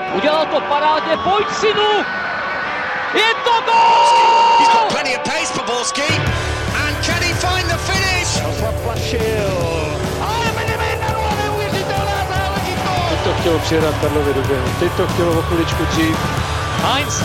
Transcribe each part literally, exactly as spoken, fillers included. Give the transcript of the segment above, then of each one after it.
Udělal to parádně, pojď synu! Je to gól! He's got plenty of pace for Borski. And can he find the finish? Zaplašil. Ale vedeme jedna nula, neuvěřitelná záležitost! Teď to chtělo přijedat Karlovi do běhu, teď to chtělo o chviličku dřív. Heinz!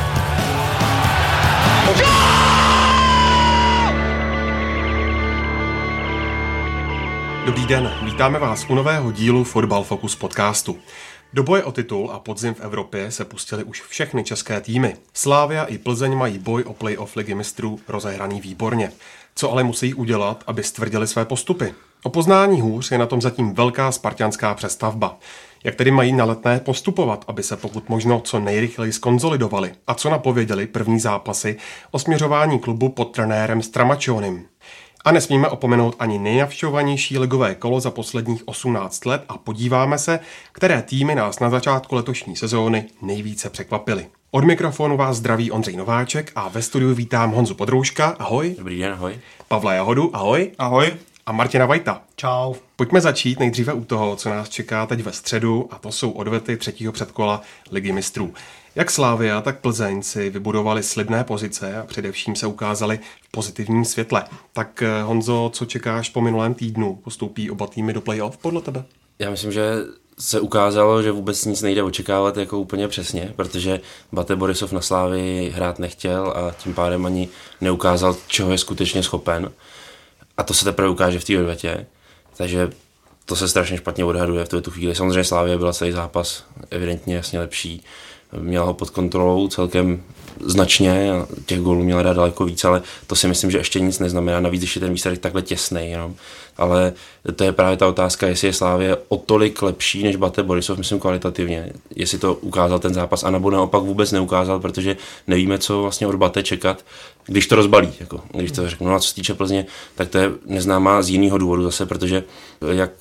Dobrý den, vítáme vás u nového dílu Fotbal Focus podcastu. Do boje o titul a podzim v Evropě se pustily už všechny české týmy. Slavia i Plzeň mají boj o play-off ligy mistrů rozehraný výborně. Co ale musí udělat, aby stvrdili své postupy? O poznání hůř je na tom zatím velká spartanská přestavba. Jak tedy mají na Letné postupovat, aby se pokud možno co nejrychleji skonzolidovali? A co napověděli první zápasy o směřování klubu pod trenérem Stramačonim? A nesmíme opomenout ani nejnavštěvovanější ligové kolo za posledních osmnáct let a podíváme se, které týmy nás na začátku letošní sezóny nejvíce překvapily. Od mikrofonu vás zdraví Ondřej Nováček a ve studiu vítám Honzu Podrouška, ahoj. Dobrý den, ahoj. Pavla Jahodu, ahoj. Ahoj. A Martina Vajta. Čau. Pojďme začít nejdříve u toho, co nás čeká teď ve středu, a to jsou odvety třetího předkola Ligy mistrů. Jak Slavia, tak Plzeň si vybudovali slibné pozice a především se ukázali v pozitivním světle. Tak Honzo, co čekáš po minulém týdnu? Postoupí oba týmy do play-off podle tebe? Já myslím, že se ukázalo, že vůbec nic nejde očekávat jako úplně přesně, protože Bate Borisov na Slavii hrát nechtěl a tím pádem ani neukázal, čeho je skutečně schopen. A to se teprve ukáže v té odvetě. Takže to se strašně špatně odhaduje v tu chvíli. Samozřejmě Slavia byla celý zápas evidentně jasně lepší. Měla ho pod kontrolou celkem značně, těch gólů měla dát daleko víc, ale to si myslím, že ještě nic neznamená, navíc, když je ten výsledek takhle těsnej, jenom. Ale to je právě ta otázka, jestli je Slavia o tolik lepší než Bate Borisov, myslím kvalitativně, jestli to ukázal ten zápas, anebo naopak vůbec neukázal, protože nevíme, co vlastně od Bate čekat, když to rozbalí, jako, když to řeknu. No a co se týče Plzně, tak to je neznámá z jiného důvodu zase, protože jak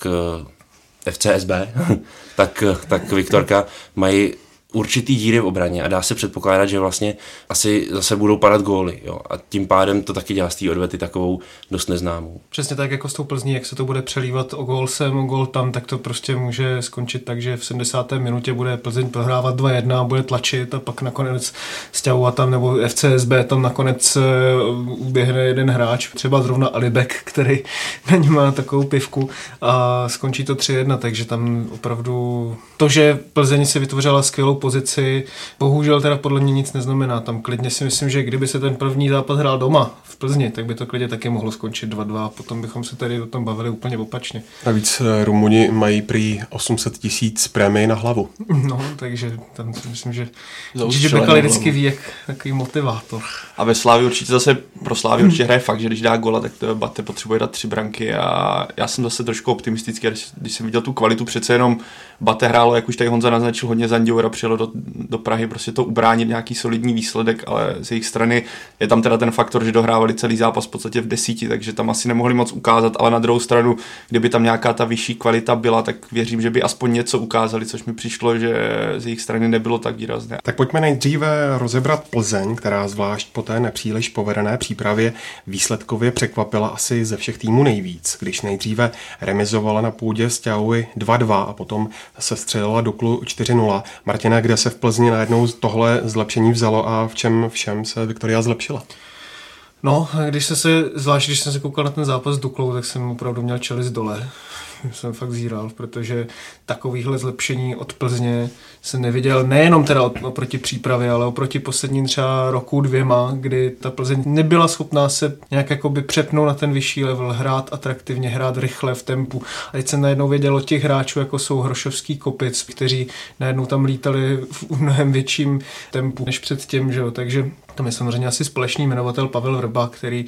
F C S B, tak, tak Viktorka mají určitý díry v obraně a dá se předpokládat, že vlastně asi zase budou padat góly, jo? A tím pádem to taky dělá z té odvety takovou dost neznámou. Přesně tak jako s tou Plzní, jak se to bude přelívat o gól sem, o gól tam, tak to prostě může skončit tak, že v sedmdesáté minutě bude Plzeň prohrávat dva jedna a bude tlačit a pak nakonec Sťavova tam nebo F C S B tam nakonec uběhne jeden hráč, třeba zrovna Alibek, který na ní má takovou pivku a skončí to tři jedna, takže tam opravdu to, že Plzeň si vytvořila skvělou pozici, bohužel teda podle mě nic neznamená. Tam klidně si myslím, že kdyby se ten první zápas hrál doma v Plzni, tak by to klidně taky mohlo skončit dva dva a potom bychom se tady o tom bavili úplně opačně. Navíc Rumuni mají prý osm set tisíc prémii na hlavu. No, takže tam si myslím, že Gigi Becali vždycky ví, jak takový motivátor. A ve Slávii určitě zase, pro Slávii určitě hraje fakt, že když dá gola, tak to Bate potřebuje dát tři branky a já jsem zase trošku optimistický, když jsem viděl tu kvalitu, přece jenom Bate hrálo, jak už tady Honza naznačil, hodně za Anděura, přijelo do, do Prahy, prostě to ubránit nějaký solidní výsledek, ale z jejich strany je tam teda ten faktor, že dohrávali celý zápas v podstatě v desíti, takže tam asi nemohli moc ukázat, ale na druhou stranu, kdyby tam nějaká ta vyšší kvalita byla, tak věřím, že by aspoň něco ukázali, což mi přišlo, že z jejich strany nebylo tak výrazné. Tak pojďme nejdříve rozebrat Plzeň, která zvlášť po té nepříliš povedené přípravě výsledkově překvapila asi ze všech týmů nejvíc, když nejdříve remizovala na půdě Sťavovy dva dva a potom se střelila do Duklu čtyři nula. Martina, kde se v Plzni najednou tohle zlepšení vzalo a v čem všem se Viktoria zlepšila? No, když jsem se, zvlášť když jsem se koukal na ten zápas s Duklou, tak jsem opravdu měl čelist dole. Jsem fakt zíral, protože takovýhle zlepšení od Plzně jsem neviděl nejenom teda oproti přípravě, ale oproti posledním třeba roku dvěma, kdy ta Plzeň nebyla schopná se nějak jakoby přepnout na ten vyšší level, hrát atraktivně, hrát rychle v tempu. A teď jsem najednou věděl od těch hráčů, jako jsou Hrošovský, Kopic, kteří najednou tam lítali v mnohem větším tempu než předtím, že jo, takže tam je samozřejmě asi společný jmenovatel Pavel Vrba, který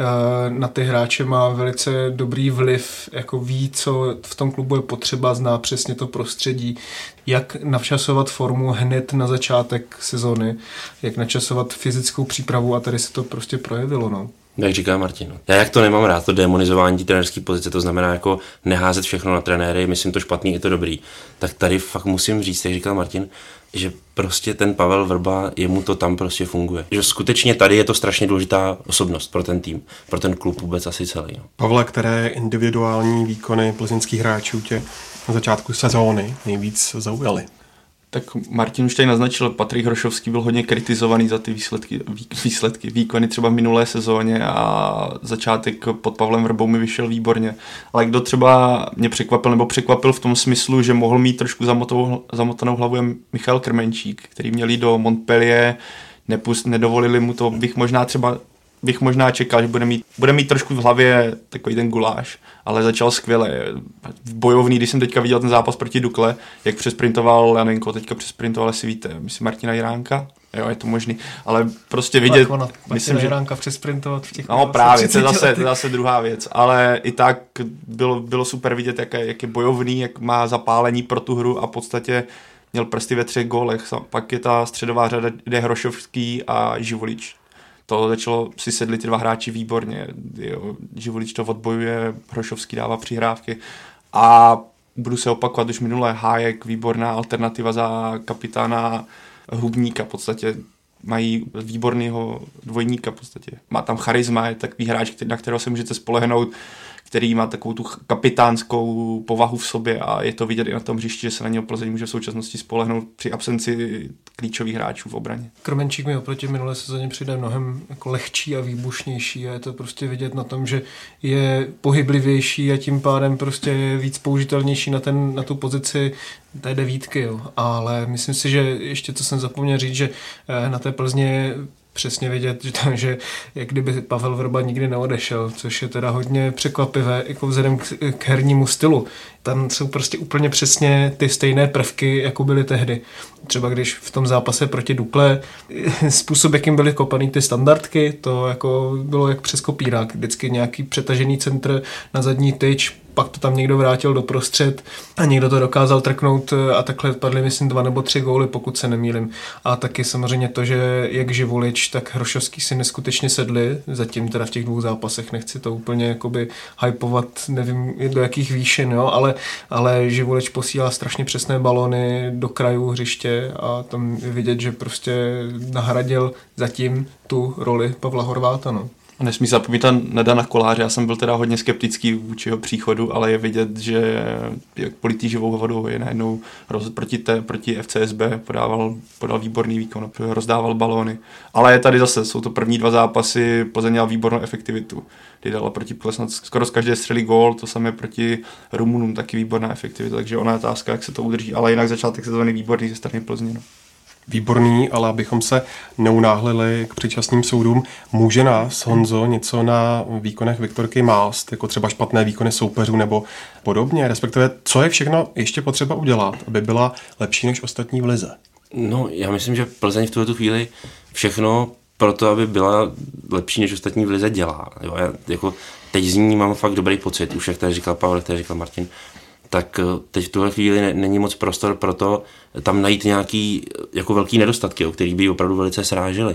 uh, na ty hráče má velice dobrý vliv, jako ví, co v tom klubu je potřeba, zná přesně to prostředí, jak načasovat formu hned na začátek sezony, jak načasovat fyzickou přípravu a tady se to prostě projevilo, no. Jak říká Martin. Já jak to nemám rád, to demonizování té trenérské pozice, to znamená jako neházet všechno na trenéry, myslím to špatný, je to dobrý. Tak tady fakt musím říct, jak říkal Martin, že prostě ten Pavel Vrba, jemu to tam prostě funguje. Že skutečně tady je to strašně důležitá osobnost pro ten tým, pro ten klub vůbec asi celý. No. Pavle, které individuální výkony plzeňských hráčů tě na začátku sezóny nejvíc zaujaly? Tak Martin už tady naznačil, Patrik Hrošovský byl hodně kritizovaný za ty výsledky, výsledky, výkony třeba v minulé sezóně a začátek pod Pavlem Vrbou mi vyšel výborně. Ale kdo třeba mě překvapil nebo překvapil v tom smyslu, že mohl mít trošku zamotanou, zamotanou hlavu, je Michal Krmenčík, který měl jít do Montpellier, nepust, nedovolili mu to, bych možná třeba bych možná čekal, že bude mít, bude mít trošku v hlavě takový ten guláš, ale začal skvěle. Bojovný, když jsem teďka viděl ten zápas proti Dukle, jak přesprintoval Janenko, teďka přesprintoval, jestli víte, myslím Martina Jiránka, jo, je to možný, ale prostě vidět, tak ona, myslím, že Jiránka přesprintovat v těch... No právě, to je zase, to je zase druhá věc, ale i tak bylo, bylo super vidět, jak je, jak je bojovný, jak má zapálení pro tu hru a v podstatě měl prsty ve třech gólech, pak je ta středová řada, kde Hrošovský a Živolič. To začalo, si sedli ty dva hráči výborně. Jo, Živolič to odbojuje, Hrošovský dává přihrávky. A budu se opakovat, už minulé Hájek, výborná alternativa za kapitána Hubníka. V podstatě mají výborného dvojníka. V podstatě. Má tam charisma, je takový hráč, na kterého se můžete spolehnout, který má takovou tu kapitánskou povahu v sobě a je to vidět i na tom hřišti, že se na něho Plzeň může v současnosti spolehnout při absenci klíčových hráčů v obraně. Krmenčík mi oproti minulé sezóně přijde mnohem jako lehčí a výbušnější a je to prostě vidět na tom, že je pohyblivější a tím pádem prostě je víc použitelnější na, ten, na tu pozici té devítky. Jo. Ale myslím si, že ještě co jsem zapomněl říct, že na té Plzně přesně vidět, že, že jak kdyby Pavel Vrba nikdy neodešel, což je teda hodně překvapivé, jako vzhledem k, k hernímu stylu. Tam jsou prostě úplně přesně ty stejné prvky, jako byly tehdy. Třeba když v tom zápase proti Dukle způsob, jakým byly kopaný ty standardky, to jako bylo jak přes kopírák. Vždycky nějaký přetažený centr na zadní tyč, pak to tam někdo vrátil do prostřed a někdo to dokázal trknout a takhle padly, myslím, dva nebo tři góly, pokud se nemýlim. A taky samozřejmě to, že jak Živolič, tak Hrošovský si neskutečně sedli, zatím teda v těch dvou zápasech, nechci to úplně jakoby hypovat, nevím do jakých výšin, jo, ale, ale Živolič posílá strašně přesné balony do krajů hřiště a tam je vidět, že prostě nahradil zatím tu roli Pavla Horváta, no. Nesmí se zapomínat na Dana Koláře, já jsem byl teda hodně skeptický vůči jeho příchodu, ale je vidět, že jak politý živou vodou je najednou roz, proti, té, proti F C S B podával, podal výborný výkon, rozdával balóny. Ale je tady zase, jsou to první dva zápasy, Plzeň měla výbornou efektivitu, kdy dala proti Plzeň skoro z každé střely gól, to samé proti Rumunům, taky výborná efektivita, takže ona je otázka, jak se to udrží, ale jinak začátek sezóny výborný ze strany Plzně. No. Výborný, ale abychom se neunáhlili k předčasným soudům, může nás, Honzo, něco na výkonech Viktorky mást, jako třeba špatné výkony soupeřů nebo podobně, respektive co je všechno ještě potřeba udělat, aby byla lepší než ostatní v lize? No, já myslím, že Plzeň v tuhle chvíli všechno pro to, aby byla lepší než ostatní v lize dělá. Jo, já jako teď z ní mám fakt dobrý pocit, už jak tady říkal Pavel, jak tady říkal Martin, tak teď v tuhle chvíli ne, není moc prostor pro to tam najít nějaký jako velký nedostatky, o kterých by opravdu velice srážely.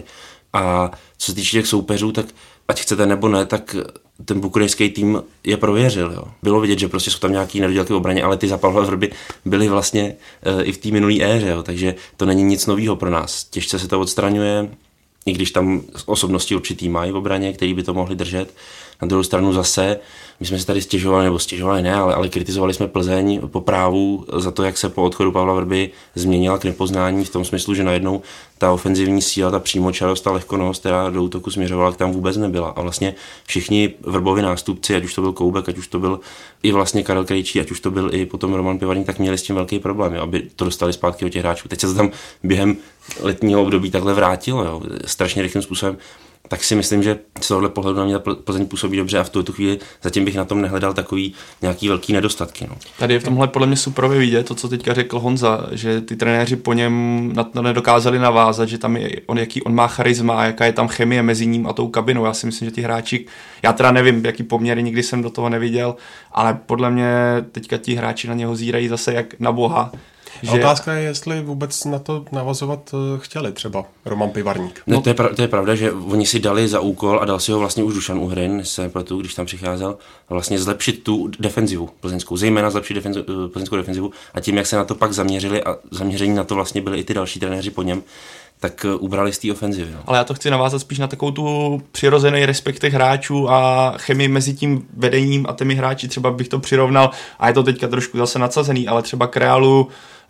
A co se týče těch soupeřů, tak ať chcete nebo ne, tak ten bukurešský tým je prověřil. Jo. Bylo vidět, že prostě jsou tam nějaký nedodělky v obraně, ale ty za Pavla Vrby byly vlastně e, i v té minulé éře, jo. Takže to není nic nového pro nás. Těžce se to odstraňuje, i když tam osobnosti určitý mají v obraně, který by to mohli držet. Na druhou stranu zase, my jsme se tady stěžovali, nebo stěžovali ne, ale, ale kritizovali jsme Plzeň po právu za to, jak se po odchodu Pavla Vrby změnila k nepoznání v tom smyslu, že najednou ta ofenzivní síla, ta přímočarost, ta lehkonost, která do útoku směřovala, tam vůbec nebyla. A vlastně všichni Vrbovi nástupci, ať už to byl Koubek, ať už to byl i vlastně Karel Krejčí, ať už to byl i potom Roman Pivarník, tak měli s tím velký problém, jo, aby to dostali zpátky od těch hráčů. Teď se to tam během letního období takhle vrátilo, jo, strašně rychlým způsobem. Tak si myslím, že z tohohle pohledu na mě Plzeň působí dobře a v tuto chvíli zatím bych na tom nehledal takový nějaký velký nedostatky. No. Tady je v tomhle podle mě superově vidět to, co teďka řekl Honza, že ty trenéři po něm na to nedokázali navázat, že tam je, on, jaký on má charisma a jaká je tam chemie mezi ním a tou kabinou. Já si myslím, že ti hráči, já teda nevím, jaký poměry, nikdy jsem do toho neviděl, ale podle mě teďka ti hráči na něho zírají zase jak na boha. Že... Otázka je, jestli vůbec na to navazovat chtěli třeba Roman Pivarník. No, to, je pra- to je pravda, že oni si dali za úkol a dal si ho vlastně už Dušan Uhryn, se pletu, když tam přicházel, vlastně zlepšit tu defenzivu plzeňskou, zejména zlepšit defenzi- plzeňskou defenzivu a tím, jak se na to pak zaměřili a zaměření na to vlastně byli i ty další trenéři po něm, tak ubrali z té ofenzivy. No. Ale já to chci navázat spíš na takovou tu přirozený respekt těch hráčů a chemii mezi tím vedením a těmi hráči, třeba bych to přirovnal, a je to teďka trošku zase nadsazený, ale třeba k Realu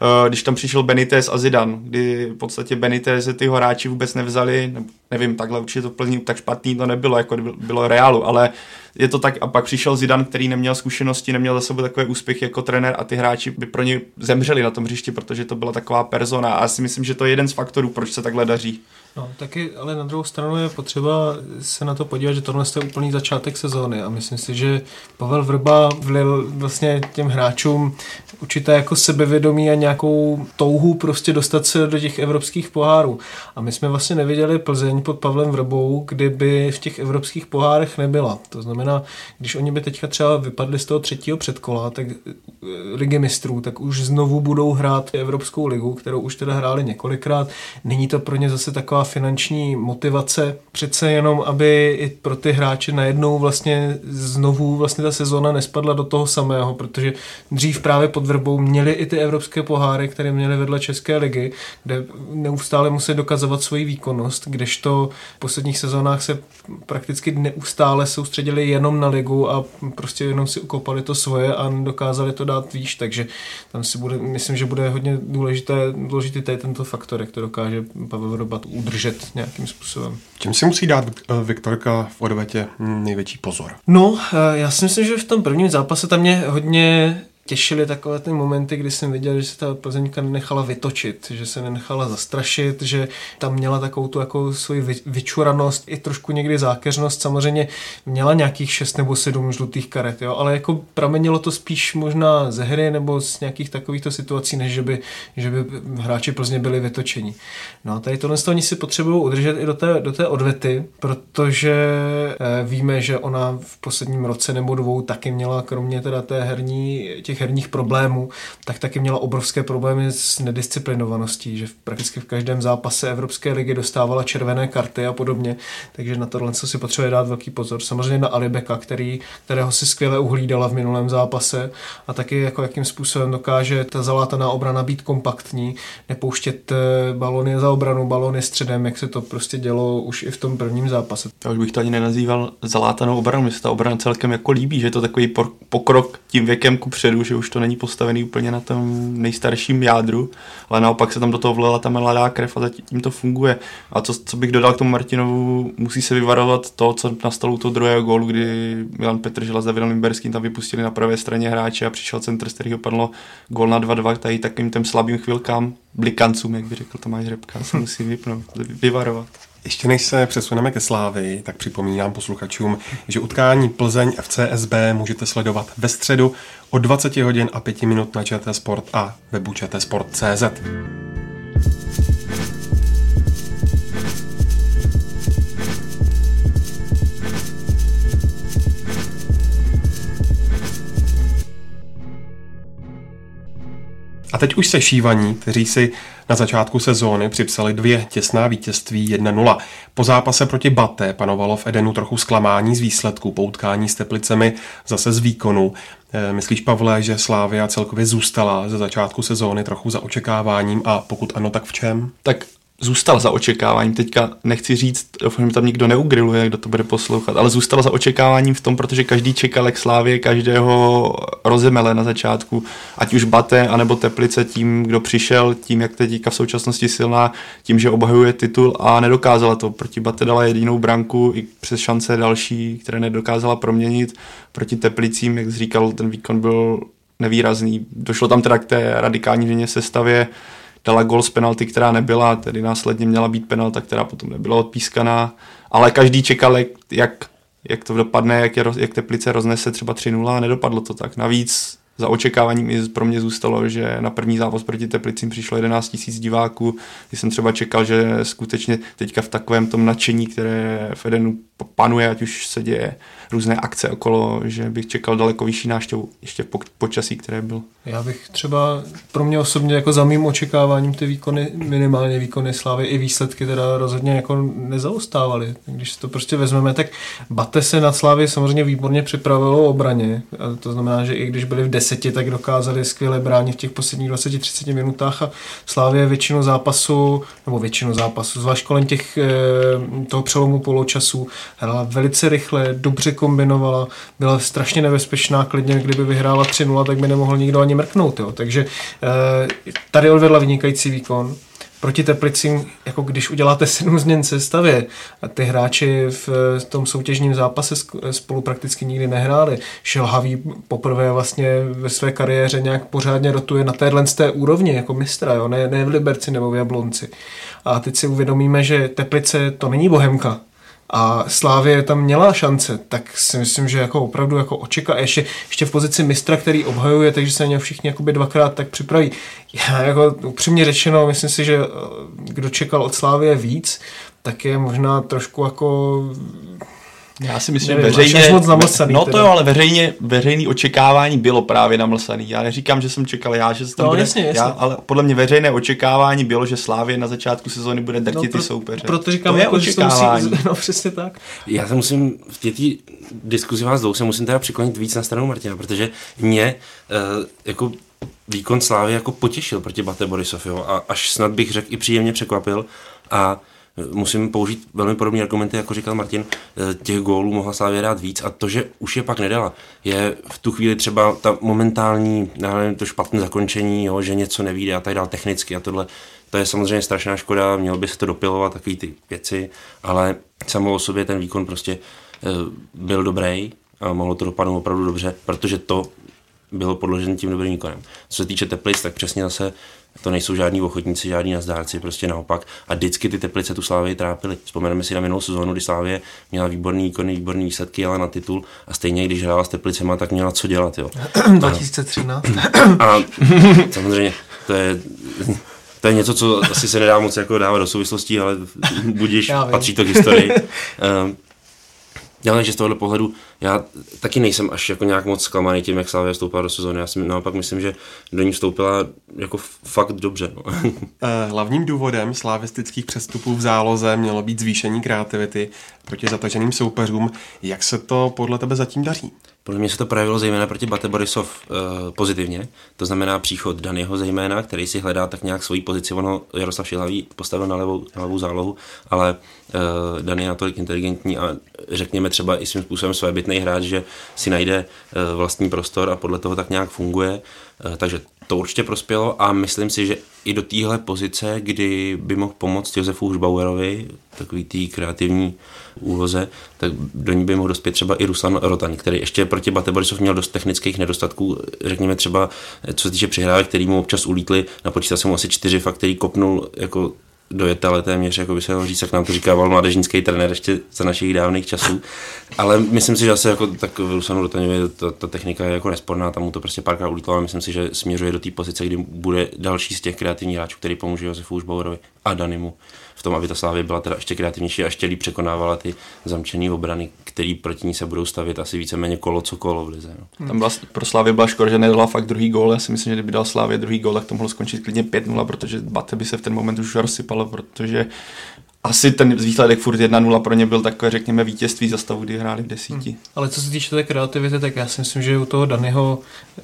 když tam přišel Benitez a Zidane, kdy v podstatě Benitez ty hráči vůbec nevzali, nevím, takhle určitě to v Plzni tak špatný to nebylo, jako bylo Realu, ale je to tak a pak přišel Zidane, který neměl zkušenosti, neměl za sebou takové úspěchy jako trenér a ty hráči by pro ně zemřeli na tom hřišti, protože to byla taková persona a já si myslím, že to je jeden z faktorů, proč se takhle daří. No, taky, ale na druhou stranu je potřeba se na to podívat, že tohle je úplný začátek sezóny a myslím si, že Pavel Vrba vlil vlastně těm hráčům určité jako sebevědomí a nějakou touhu prostě dostat se do těch evropských pohárů. A my jsme vlastně neviděli Plzeň pod Pavlem Vrbou, kdyby v těch evropských pohárech nebyla. To znamená, když oni by teďka třeba vypadli z toho třetího předkola, tak Ligy mistrů, tak už znovu budou hrát Evropskou ligu, kterou už teda hráli několikrát. Není to pro ně zase taková finanční motivace, přece jenom, aby i pro ty hráče najednou vlastně znovu vlastně ta sezóna nespadla do toho samého, protože dřív právě pod Vrbou měli i ty evropské poháry, které měly vedle České ligy, kde neustále musí dokazovat svoji výkonnost, kdežto v posledních sezónách se prakticky neustále soustředili jenom na ligu a prostě jenom si ukopali to svoje a dokázali to dát výš, takže tam si bude, myslím, že bude hodně důležité, důležitý tady tento faktor, jak to dokáže Pavel Vrba udržet nějakým způsobem. Čím si musí dát Viktorka v odvetě největší pozor? No, já si myslím, že v tom prvním zápase tam mě hodně těšily takové ty momenty, kdy jsem viděl, že se ta Plzeňka nenechala vytočit, že se nenechala zastrašit, že tam měla takovou tu jako svoji vyčuranost i trošku někdy zákeřnost. Samozřejmě měla nějakých šest nebo sedm žlutých karet, jo, ale jako pramenilo to spíš možná ze hry nebo z nějakých takovýchto situací, než že by, že by hráči Plzně byli vytočeni. No a tady tohle oni si potřebují udržet i do té, do té odvety, protože eh, víme, že ona v posledním roce nebo dvou taky měla kromě teda té herní těch herních problémů, tak taky měla obrovské problémy s nedisciplinovaností, že prakticky v každém zápase Evropské ligy dostávala červené karty a podobně, takže na tohle si potřebuje dát velký pozor. Samozřejmě na Alibeka, který, kterého si skvěle uhlídala v minulém zápase a taky jako jakým způsobem dokáže ta zalátaná obrana být kompaktní, nepouštět balony za obranu, balony středem, jak se to prostě dělo už i v tom prvním zápase. Já už bych to ani nenazýval zalátanou obranu, mi se ta obrana celkem jako líbí, že je to takový pokrok tím věkem kupředu, že už to není postavený úplně na tom nejstarším jádru, ale naopak se tam do toho vlela ta mladá krev a zatím to funguje. A co, co bych dodal k tomu Martinovu, musí se vyvarovat to, co nastalo u toho druhého gólu, kdy Milan Petržela s Davidem Limberským tam vypustili na pravé straně hráče a přišel centr, z kterého padlo gól na dva dva, tady takovým těm slabým chvilkám, blikancům, jak by řekl Tomáš Řepka, se musí vypnout, vyvarovat. Ještě než se přesuneme ke Slávii, tak připomínám posluchačům, že utkání Plzeň F C S B můžete sledovat ve středu od dvacet hodin a pět minut na ČT Sport a webu čtsport tečka cé zet. A teď už se šívaní, kteří si na začátku sezóny připsali dvě těsná vítězství jedna nula. Po zápase proti Batte panovalo v Edenu trochu zklamání z výsledků, po utkání s Teplicemi zase z výkonu. Myslíš, Pavle, že Slavia celkově zůstala ze začátku sezóny trochu za očekáváním a pokud ano, tak v čem? Tak zůstal za očekáváním. Teďka nechci říct, doufám, že tam nikdo neugriluje, kdo to bude poslouchat, ale zůstal za očekáváním v tom, protože každý čekal, jak Slávie každého rozemele na začátku, ať už Batte, anebo Teplice, tím, kdo přišel, tím, jak teďka v současnosti silná, tím, že obhajuje titul a nedokázala to. Proti Batte dala jedinou branku i přes šance další, které nedokázala proměnit. Proti Teplicím, jak jsi říkal, ten výkon byl nevýrazný. Došlo tam teda k té radikální změně sestavě, dala gol z penalty, která nebyla, tedy následně měla být penalta, která potom nebyla odpískaná, ale každý čekal, jak, jak to dopadne, jak, je, jak Teplice roznese třeba tři nula a nedopadlo to tak. Navíc za očekáváním i pro mě zůstalo, že na první zápas proti Teplicím přišlo jedenáct tisíc diváků, když jsem třeba čekal, že skutečně teďka v takovém tom nadšení, které v Edenu panuje, ať už se děje různé akce okolo, že bych čekal daleko vyšší návštěvu ještě v počasí, které bylo. Já bych třeba pro mě osobně jako za mým očekáváním ty výkony, minimálně výkony Slávy i výsledky teda rozhodně jako nezaostávaly. Když si to prostě vezmeme, tak Batte se na Slávy samozřejmě výborně připravilo o obraně. A to znamená, že i když byli v deseti, tak dokázali skvěle bránit v těch posledních dvaceti třiceti minutách a Slavie většinu zápasu, nebo většinu zápasu, zvlášť kolem těch, toho přelomu poločasu, hrála velice rychle, dobře kombinovala, byla strašně nebezpečná, klidně kdyby vyhrála tři nula, tak by nemohl nikdo ani mrknout. Jo. Takže tady odvedla vynikající výkon. Proti Teplicím, jako když uděláte sedm změn sestavě a ty hráči v tom soutěžním zápase spolu prakticky nikdy nehráli. Šilhavý poprvé vlastně ve své kariéře nějak pořádně rotuje na téhle z té úrovni jako mistra, jo? Ne, ne v Liberci nebo v Jablonci. A teď si uvědomíme, že Teplice to není Bohemka. A Slavie tam měla šance, tak si myslím, že jako opravdu jako očeká ještě, ještě v pozici mistra, který obhajuje, takže se na něj všichni jakoby dvakrát tak připraví. Já jako upřímně řečeno, myslím si, že kdo čekal od Slavie víc, tak je možná trošku jako... Já si myslím, nevím, veřejně, moc namlsaný, no to teda. jo, ale veřejně, veřejné očekávání bylo právě namlsaný. Já neříkám, že jsem čekal já, že se tam no, bude, jasně, jasně. Já, ale podle mě veřejné očekávání bylo, že Slavie na začátku sezóny bude drtit no, pro, ty soupeře. Proto říkám, to je jako, očekávání. Že to musí, no přesně tak. Já se musím, v této diskuzi vás dvou se musím teda přiklonit víc na stranu Martina, protože mě uh, jako výkon Slavie jako potěšil proti Bate Borisov, jo, a až snad bych řekl i příjemně překvapil a musím použít velmi podobné argumenty, jako říkal Martin, těch gólů mohla Slavie dát víc a to, že už je pak nedala, je v tu chvíli třeba ta momentální, nevím, to špatné zakončení, jo, že něco nevíde a tak dál technicky a tohle, to je samozřejmě strašná škoda, mělo by se to dopilovat, takový ty věci, ale samo o sobě ten výkon prostě byl dobrý a mohlo to dopadnout opravdu dobře, protože to bylo podloženo tím dobrým výkonem. Co se týče Teplic, tak přesně zase to nejsou žádní ochotníci, žádní nazdárci, prostě naopak. A vždycky ty Teplice tu Slavii trápily. Vzpomeneme si na minulou sezónu, kdy Slavie měla výborný výkony, výborný výsledky, ale na titul a stejně, když hrála s Teplicema, tak měla co dělat. Jo. dva tisíce třináct A samozřejmě, to je... To je něco, co asi se nedá moc jako dávat do souvislostí, ale budíš, patří to k historii. Um, Já takže z tohohle pohledu já taky nejsem až jako nějak moc zklamaný tím, jak Slavia vstoupila do sezóny. Já si naopak myslím, že do ní vstoupila jako fakt dobře. No. Hlavním důvodem slavistických přestupů v záloze mělo být zvýšení kreativity proti zataženým soupeřům. Jak se to podle tebe zatím daří? Podle mě se to projevilo zejména proti Bate Borisov e, pozitivně. To znamená příchod Daniho zejména, který si hledá tak nějak svoji pozici. Ono Jaroslav Šilhavý postavil na levou, na levou zálohu, ale e, Dan je natolik inteligentní a řekněme třeba i svým způsobem svébytnej hráč, že si najde e, vlastní prostor a podle toho tak nějak funguje. E, takže to určitě prospělo a myslím si, že i do téhle pozice, kdy by mohl pomoct Josefu Hušbauerovi, takový tý kreativní úloze, tak do ní by mohl dospět třeba i Ruslan Rotaň, který ještě proti Bate Borisov měl dost technických nedostatků, řekněme třeba, co se týče přihrávek, který mu občas ulítly, napočítal jsem mu asi čtyři, fakt, který kopnul jako dojetale téměř, jako by se ho říct, jak nám to říkával mládežnický trenér ještě za našich dávných časů. Ale myslím si, že asi jako tak v Ruslanu Rotaňovi ta, ta technika je jako nesporná, tam mu to prostě párkrát ulítlo, ale myslím si, že směřuje do té pozice, kdy bude další z těch kreativních hráčů, který pomůže Josefu Hušbauerovi a Danimu v tom, aby ta Slavie byla teda ještě kreativnější a ještě líp překonávala ty zamčený obrany, který proti ní se budou stavět asi víceméně kolo co kolo v lize. No. Tam byla, pro Slavii byla škoda, že nedala fakt druhý gól. Já si myslím, že kdyby dal Slavie druhý gól, tak to mohlo skončit klidně pět nula, protože Bate by se v ten moment už rozsypalo, protože asi ten výsledek furt jedna nula pro ně byl takové, řekněme, vítězství za stavu, kdy hráli v desíti. Hmm. Ale co se týče té kreativity, tak já si myslím, že u toho Danyho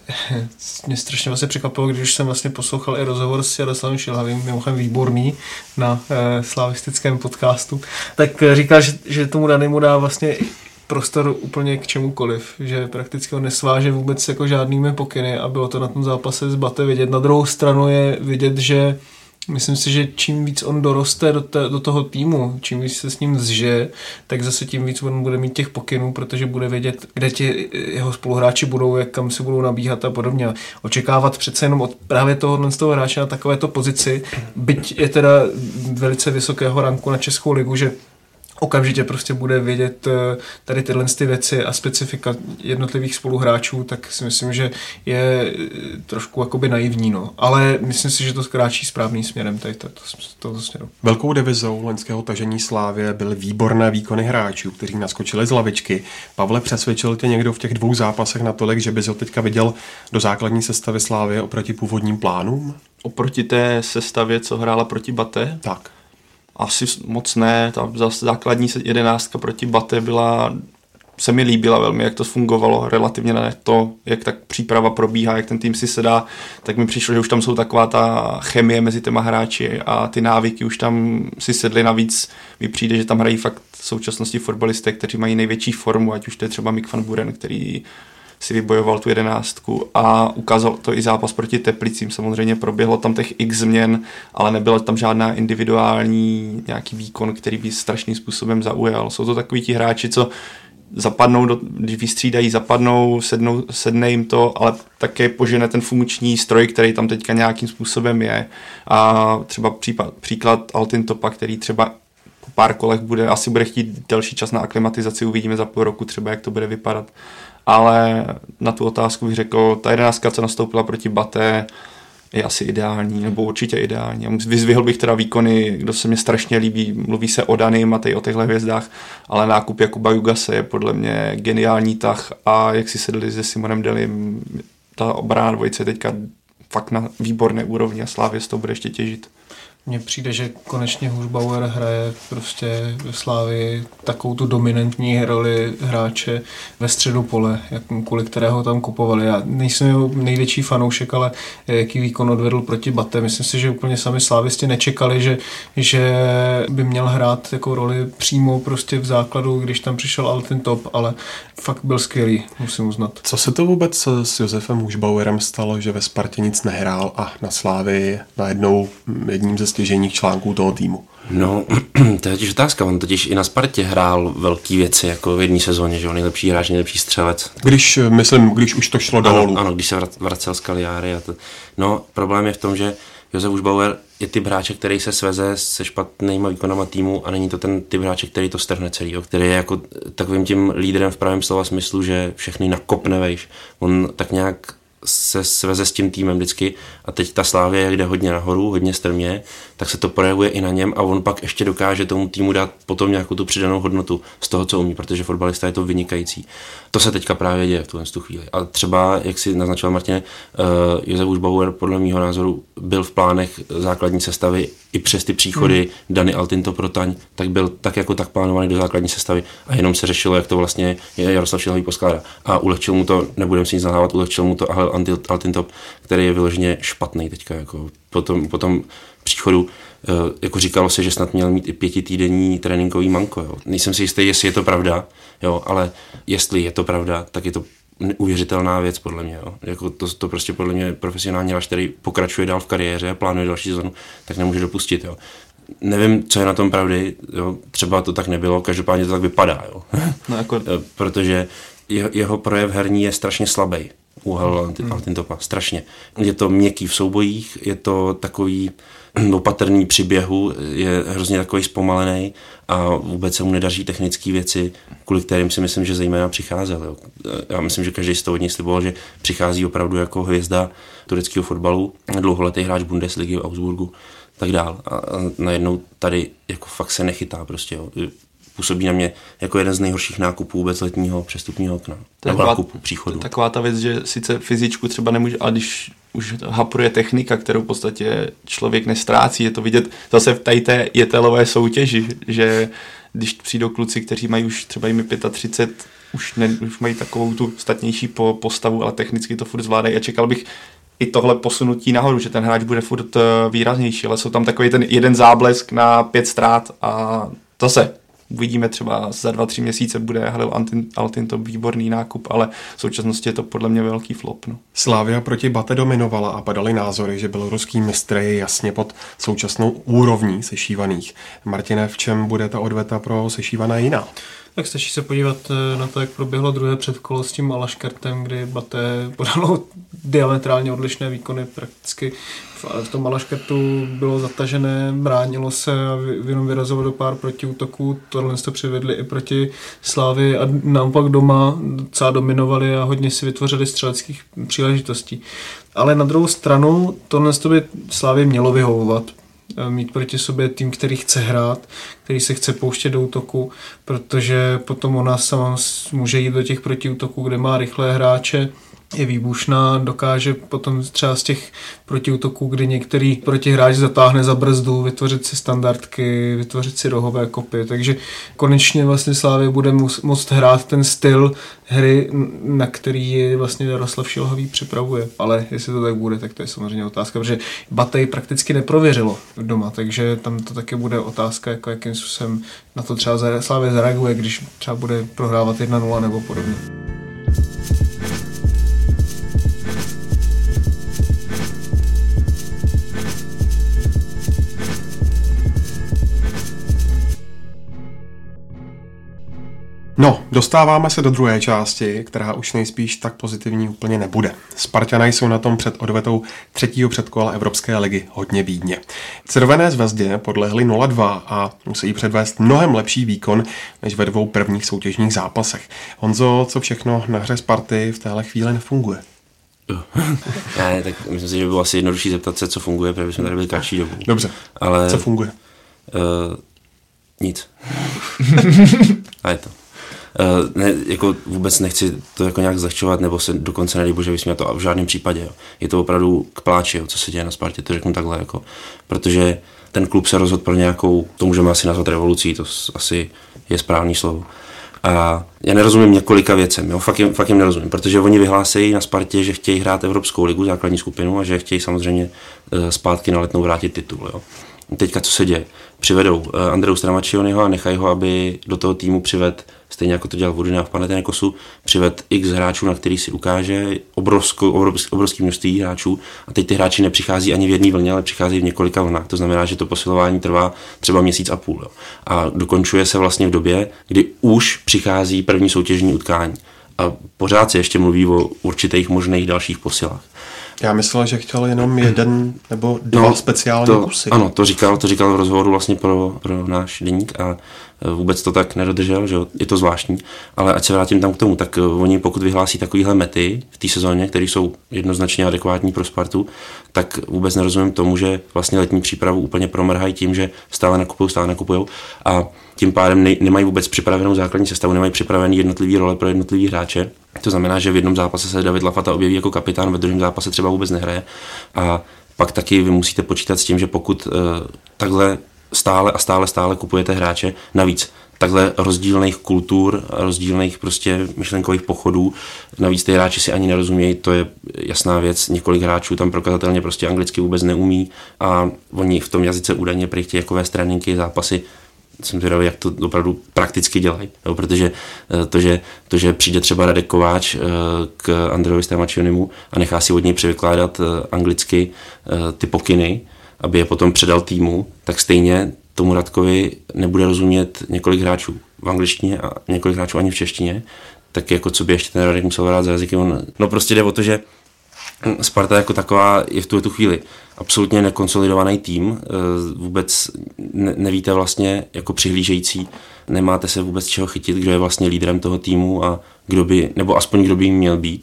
mě strašně vlastně překvapilo, když jsem vlastně poslouchal i rozhovor s Jaroslavem Šilhavým, mimochodem výborný na e, slavistickém podcastu, tak říkal, že, že tomu Danymu dá vlastně prostor úplně k čemukoliv, že prakticky ho nesváže vůbec jako žádnými pokyny a bylo to na tom zápase z Bate vidět. Na druhou stranu je vidět, že myslím si, že čím víc on doroste do, te, do toho týmu, čím víc se s ním zže, tak zase tím víc on bude mít těch pokynů, protože bude vědět, kde ti jeho spoluhráči budou, jak kam se budou nabíhat a podobně. Očekávat přece jenom od právě toho, z toho hráče na takovéto pozici, byť je teda velice vysokého ranku na Českou ligu, že okamžitě prostě bude vědět tady tyhle ty věci a specifika jednotlivých spoluhráčů, tak si myslím, že je trošku jakoby naivní, no. Ale myslím si, že to kráčí správným směrem tady to, to, to, to směru. Velkou devizou loňského tažení Slávie byly výborné výkony hráčů, kteří naskočili z lavičky. Pavle, přesvědčil tě někdo v těch dvou zápasech natolik, že bys ho teďka viděl do základní sestavy Slávie oproti původním plánům? Oproti té sestavě, co hrála proti Bate? Tak. Asi moc ne, ta základní jedenáctka proti Bate byla se mi líbila velmi, jak to fungovalo relativně na to, jak tak příprava probíhá, jak ten tým si sedá, tak mi přišlo, že už tam jsou taková ta chemie mezi těma hráči a ty návyky už tam si sedly, navíc mi přijde, že tam hrají fakt v současnosti fotbalisté, kteří mají největší formu, ať už to je třeba Mick van Buren, který si vybojoval tu jedenáctku a ukázal to i zápas proti Teplicím. Samozřejmě proběhlo tam těch x změn, ale nebyla tam žádná individuální nějaký výkon, který by strašným způsobem zaujal. Jsou to takoví ti hráči, co zapadnou, do, když vystřídají, zapadnou, sednou, sedne jim to, ale také požene ten funkční stroj, který tam teďka nějakým způsobem je. A třeba případ, příklad Altintopa, který třeba po pár kolech bude, asi bude chtít delší čas na aklimatizaci, uvidíme za půl roku třeba, jak to bude vypadat. Ale na tu otázku bych řekl, ta jedenáctka, co nastoupila proti Baté, je asi ideální, nebo určitě ideální. Vyzvihl bych teda výkony, kdo se mě strašně líbí, mluví se o Dany, Matej, o těchto hvězdách, ale nákup Jakuba Jugase je podle mě geniální tah a jak si sedli se Simonem Delim, ta obrana dvojice je teďka fakt na výborné úrovni a Slávě z toho bude ještě těžit. Mně přijde, že konečně Husbauer hraje prostě v Slávii takovou tu dominantní roli hráče ve středu pole, jak, kvůli kterého tam kupovali. Já nejsem jeho největší fanoušek, ale jaký výkon odvedl proti Baté. Myslím si, že úplně sami slávisti nečekali, že, že by měl hrát jako roli přímo prostě v základu, když tam přišel Altintop, ale fakt byl skvělý, musím uznat. Co se to vůbec s Josefem Husbauerem stalo, že ve Spartě nic nehrál a na Slávii najednou jedním ze stěžejních článků toho týmu? No, to je totiž otázka. On totiž i na Spartě hrál velký věci, jako v jedné sezóně, že on nejlepší hráč, nejlepší střelec. Když, myslím, když už to šlo dolů. Ano, ano, když se vracel z Cagliari. A to. No, problém je v tom, že Josef Husbauer je typ hráče, který se sveze se špatnýma výkonama týmu a není to ten typ hráče, který to strhne celý, jo, který je jako takovým tím lídrem v pravém slova smyslu, že všechny nakopne vejš. On tak nějak se sveze s tím týmem vždycky a teď ta Slávie, jak jde hodně nahoru, hodně strmě, tak se to projevuje i na něm a on pak ještě dokáže tomu týmu dát potom nějakou tu přidanou hodnotu z toho, co umí, protože fotbalista je to vynikající. To se teďka právě děje v tuhle chvíli. A třeba, jak si naznačoval Martine, uh, Josef Husbauer podle mýho názoru byl v plánech základní sestavy i přes ty příchody hmm. Dany Altintop Protaň, tak byl tak jako tak plánovaný do základní sestavy a jenom se řešilo, jak to vlastně Jaroslav Šilhavý poskládá. A ulehčil mu to, nebudem si nic nahávat, ulehčil mu to Ahel Altintop, který je vyloženě špatný teďka. Jako po, tom, po tom příchodu jako říkalo se, že snad měl mít i pětitýdenní tréninkový manko. Jo. Nejsem si jistý, jestli je to pravda, jo, ale jestli je to pravda, tak je to neuvěřitelná věc podle mě. Jo. Jako to, to prostě podle mě profesionální hráč, který pokračuje dál v kariéře a plánuje další sezonu, tak nemůže dopustit. Jo. Nevím, co je na tom pravdy, jo. Třeba to tak nebylo, každopádně to tak vypadá. Jo. No, jako... Protože jeho, jeho projev herní je strašně slabý. Úhel Altintopa, strašně. Je to měkký v soubojích, je to takový opatrný při běhu, je hrozně takový zpomalený a vůbec se mu nedaří technické věci, kvůli kterým si myslím, že zejména přicházel. Jo. Já myslím, že každý z toho od něj sliboval, že přichází opravdu jako hvězda tureckého fotbalu, dlouholetý hráč Bundesligy v Augsburgu, tak dál. A najednou tady jako fakt se nechytá prostě. Jo. Působí na mě jako jeden z nejhorších nákupů vůbec letního přestupního okna. Nebo nákupu příchodu. Taková ta věc, že sice fyzičku třeba nemůže, ale když už hapruje technika, kterou v podstatě člověk nestrácí, je to vidět zase v tady té jetelové soutěži, že když přijdou kluci, kteří mají už třeba jim třicet pět, už, ne, už mají takovou tu statnější po, postavu, ale technicky to furt zvládají a čekal bych i tohle posunutí nahoru, že ten hráč bude furt výraznější, ale jsou tam takový ten jeden záblesk na pět ztrát a to se uvidíme třeba za dva, tři měsíce bude Halil Altintop výborný nákup, ale v současnosti je to podle mě velký flop. No. Slavia proti Bate dominovala a padaly názory, že běloruský mistr je jasně pod současnou úrovní sešívaných. Martine, v čem bude ta odveta pro sešívané jiná? Tak stačí se podívat na to, jak proběhlo druhé předkolo s tím Alaškertem, kdy Bate podalo diametrálně odlišné výkony prakticky. V tom Alaškertu bylo zatažené, bránilo se a jenom vyrazilo do pár protiútoků. Tohle to přivedli i proti Slávii a naopak doma docela dominovali a hodně si vytvořili střeleckých příležitostí. Ale na druhou stranu tohle to by Slávii mělo vyhovovat. Mít proti sobě tým, který chce hrát, který se chce pouštět do útoku, protože potom ona sama může jít do těch protiútoků, kde má rychlé hráče je výbušná, dokáže potom třeba z těch protiútoků, kdy některý protihráč zatáhne za brzdu, vytvořit si standardky, vytvořit si rohové kopy, takže konečně vlastně Slavia bude moct hrát ten styl hry, na který ji vlastně Jaroslav Šilhavý připravuje, ale jestli to tak bude, tak to je samozřejmě otázka, protože Batej prakticky neprověřilo doma, takže tam to taky bude otázka, jako jakým způsobem na to třeba Slavia zareaguje, když třeba bude prohrávat jedna nula nebo podobně. No, dostáváme se do druhé části, která už nejspíš tak pozitivní úplně nebude. Spartané jsou na tom před odvetou třetího předkola Evropské ligy hodně bídně. Červené zvezdě podlehli nula dva a musí předvést mnohem lepší výkon než ve dvou prvních soutěžních zápasech. Honzo, co všechno na hře Sparty v téhle chvíli nefunguje? Ne, tak myslím si, že by bylo asi jednodušší zeptat se, co funguje, protože jsme tady byli kratší dobu. Dobře, ale co funguje? Uh, nic. A je to. Uh, ne, jako vůbec nechci to jako nějak zlehčovat nebo se dokonce nedýbože vysmívat to v žádném případě. Jo. Je to opravdu k pláči, jo, co se děje na Spartě, to řeknu takhle, jako, protože ten klub se rozhodl pro nějakou, to můžeme asi nazvat revolucí, to asi je správný slovo. A já nerozumím několika věcem, jo, fakt jim, fakt jim nerozumím, protože oni vyhlásejí na Spartě, že chtějí hrát Evropskou ligu, základní skupinu a že chtějí samozřejmě uh, zpátky na Letnou vrátit titul. Jo. Teďka co se děje? Přivedou uh, Andreu Stramaccioniho a nechají ho, aby do toho týmu přived, stejně jako to dělal Vodina v Panathinaikosu, přived x hráčů, na který si ukáže obrovskou, obrovský, obrovský množství hráčů a teď ty hráči nepřichází ani v jedné vlně, ale přichází v několika vlnách. To znamená, že to posilování trvá třeba měsíc a půl. Jo. A dokončuje se vlastně v době, kdy už přichází první soutěžní utkání. A pořád se ještě mluví o určitých možných dalších posilách. Já myslel, že chtěl jenom jeden nebo dva no, speciální to, kusy. Ano, to říkal, to říkal v rozhovoru vlastně pro, pro náš deník a vůbec to tak nedodržel, že je to zvláštní. Ale ať se vrátím tam k tomu, tak oni pokud vyhlásí takovýhle mety v té sezóně, které jsou jednoznačně adekvátní pro Spartu, tak vůbec nerozumím tomu, že vlastně letní přípravu úplně promrhají tím, že stále nakupují, stále nakupují a tím pádem ne, nemají vůbec připravenou základní sestavu, nemají připravený jednotlivý role pro jednotlivý hráče. To znamená, že v jednom zápase se David Lafata objeví jako kapitán, ve druhém zápase třeba vůbec nehraje. A pak taky vy musíte počítat s tím, že pokud uh, takhle stále a stále stále kupujete hráče, navíc takhle rozdílných kultur, rozdílných prostě myšlenkových pochodů, navíc ty hráči si ani nerozumějí, to je jasná věc, několik hráčů tam prokazatelně prostě anglicky vůbec neumí a oni v tom jazyce údajně prý chtějí jako vést tréninky, zápasy. Jsem zvědavý, jak to opravdu prakticky dělají, jo, protože to že, to, že přijde třeba Radek Kováč k Andrejovi Stramaccionimu a nechá si od něj převykládat anglicky ty pokyny, aby je potom předal týmu, tak stejně tomu Radkovi nebude rozumět několik hráčů v angličtině a několik hráčů ani v češtině, tak jako co by ještě ten Radek musel hrát za jazyky. On, no prostě jde o to, že Sparta jako taková je v tu, tu chvíli absolutně nekonsolidovaný tým, vůbec ne, nevíte vlastně jako přihlížející, nemáte se vůbec čeho chytit, kdo je vlastně lídrem toho týmu a kdo by, nebo aspoň kdo by jim měl být.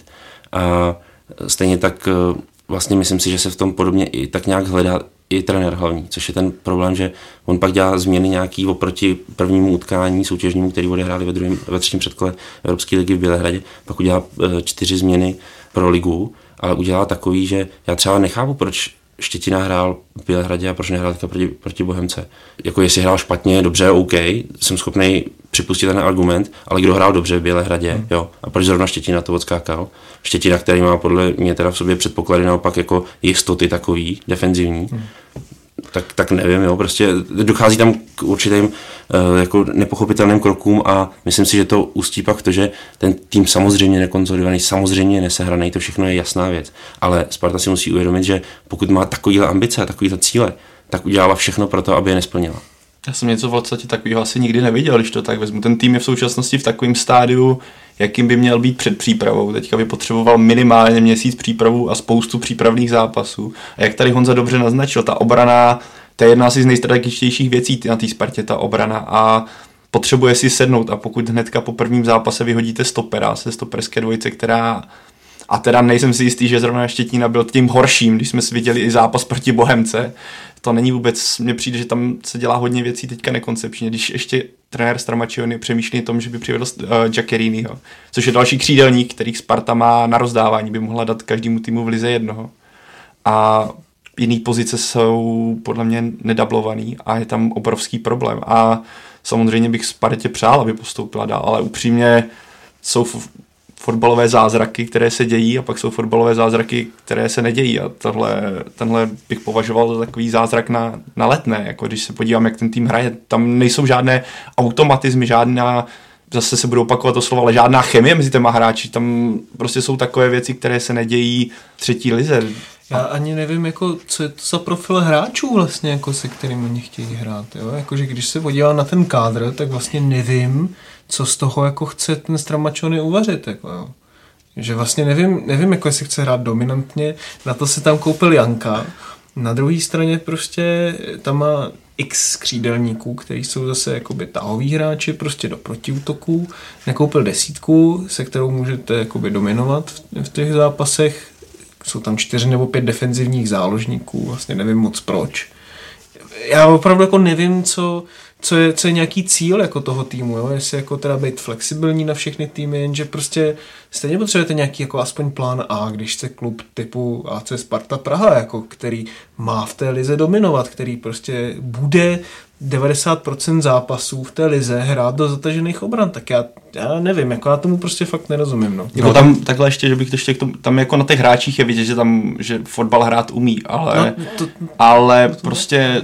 A stejně tak vlastně myslím si, že se v tom podobně i tak nějak hledá i trenér hlavní, což je ten problém, že on pak dělá změny nějaký oproti prvnímu utkání soutěžnímu, který odehráli ve druhém, ve třetím předkole Evropské ligy v Bělehradě, pak udělá čtyři změny pro ligu, ale udělá takový, že já třeba nechápu, proč Štětina hrál v Bělehradě a proč nehrál teďka proti, proti Bohemce. Jako jestli hrál špatně, dobře, OK, jsem schopný připustit ten argument, ale kdo hrál dobře v Bělehradě, hmm. jo, a proč zrovna Štětina to odskákal? Štětina, který má podle mě teda v sobě předpoklady naopak jako jistoty takový, defenzivní, hmm. tak, tak nevím, jo, prostě dochází tam k určitým uh, jako nepochopitelným krokům a myslím si, že to ústí pak to, že ten tým samozřejmě nekonsolidovaný, samozřejmě nesehraný, to všechno je jasná věc, ale Sparta si musí uvědomit, že pokud má takovýhle ambice a takovýhle cíle, tak udělala všechno pro to, aby je nesplnila. Já jsem něco v podstatě takového asi nikdy neviděl, když to tak vezmu. Ten tým je v současnosti v takovém stádiu, jakým by měl být před přípravou. Teďka by potřeboval minimálně měsíc přípravu a spoustu přípravných zápasů. A jak tady Honza dobře naznačil, ta obrana, to je jedna asi z nejstrategičtějších věcí na té Spartě, ta obrana a potřebuje si sednout a pokud hnedka po prvním zápase vyhodíte stopera se stoperské dvojice, která a teda nejsem si jistý, že zrovna Štětina byl tím horším, když jsme si viděli i zápas proti Bohemce, to není vůbec, mně přijde, že tam se dělá hodně věcí teďka nekoncepčně, když ještě trenér Stramaccioni přemýšlí o tom, že by přivedl uh, Giaccheriniho, což je další křídelník, kterých Sparta má na rozdávání, by mohla dát každému týmu v lize jednoho. A jiný pozice jsou podle mě nedablovaný a je tam obrovský problém. A samozřejmě bych Spartě přál, aby postoupila dál, ale upřímně jsou f- fotbalové zázraky, které se dějí a pak jsou fotbalové zázraky, které se nedějí a tohle, tenhle bych považoval za takový zázrak na, na Letné, jako když se podívám, jak ten tým hraje, tam nejsou žádné automatizmy, žádná, zase se budou opakovat to slovo, ale žádná chemie mezi těma hráči, tam prostě jsou takové věci, které se nedějí třetí lize. Já ani nevím, jako, co je to za profil hráčů vlastně, jako, se kterým oni chtějí hrát. Jo? Jako, že když se podívám na ten kádr, tak vlastně nevím, co z toho jako chce ten Stramaccioni uvařit. Jako, jo. Že vlastně nevím, nevím jako, jestli chce hrát dominantně, na to se tam koupil Janka. Na druhé straně prostě tam má x křídelníků, kteří jsou zase jakoby tahoví hráči prostě do protiútoků. Nekoupil desítku, se kterou můžete jakoby dominovat v, v těch zápasech. Jsou tam čtyři nebo pět defenzivních záložníků, vlastně nevím moc proč. Já opravdu jako nevím, co, co, je, co je nějaký cíl jako toho týmu, jo? Jestli jako teda být flexibilní na všechny týmy, jenže prostě stejně potřebujete nějaký jako aspoň plán A, když jste klub typu A C Sparta Praha, jako, který má v té lize dominovat, který prostě bude devadesát procent zápasů v té lize hrát do zatažených obran, tak já, já nevím, jako já tomu prostě fakt nerozumím. No. Jako tam takhle ještě, že bych to ještě k tomu, tam jako na těch hráčích je vidět, že tam, že fotbal hrát umí, ale, no, to, ale to, prostě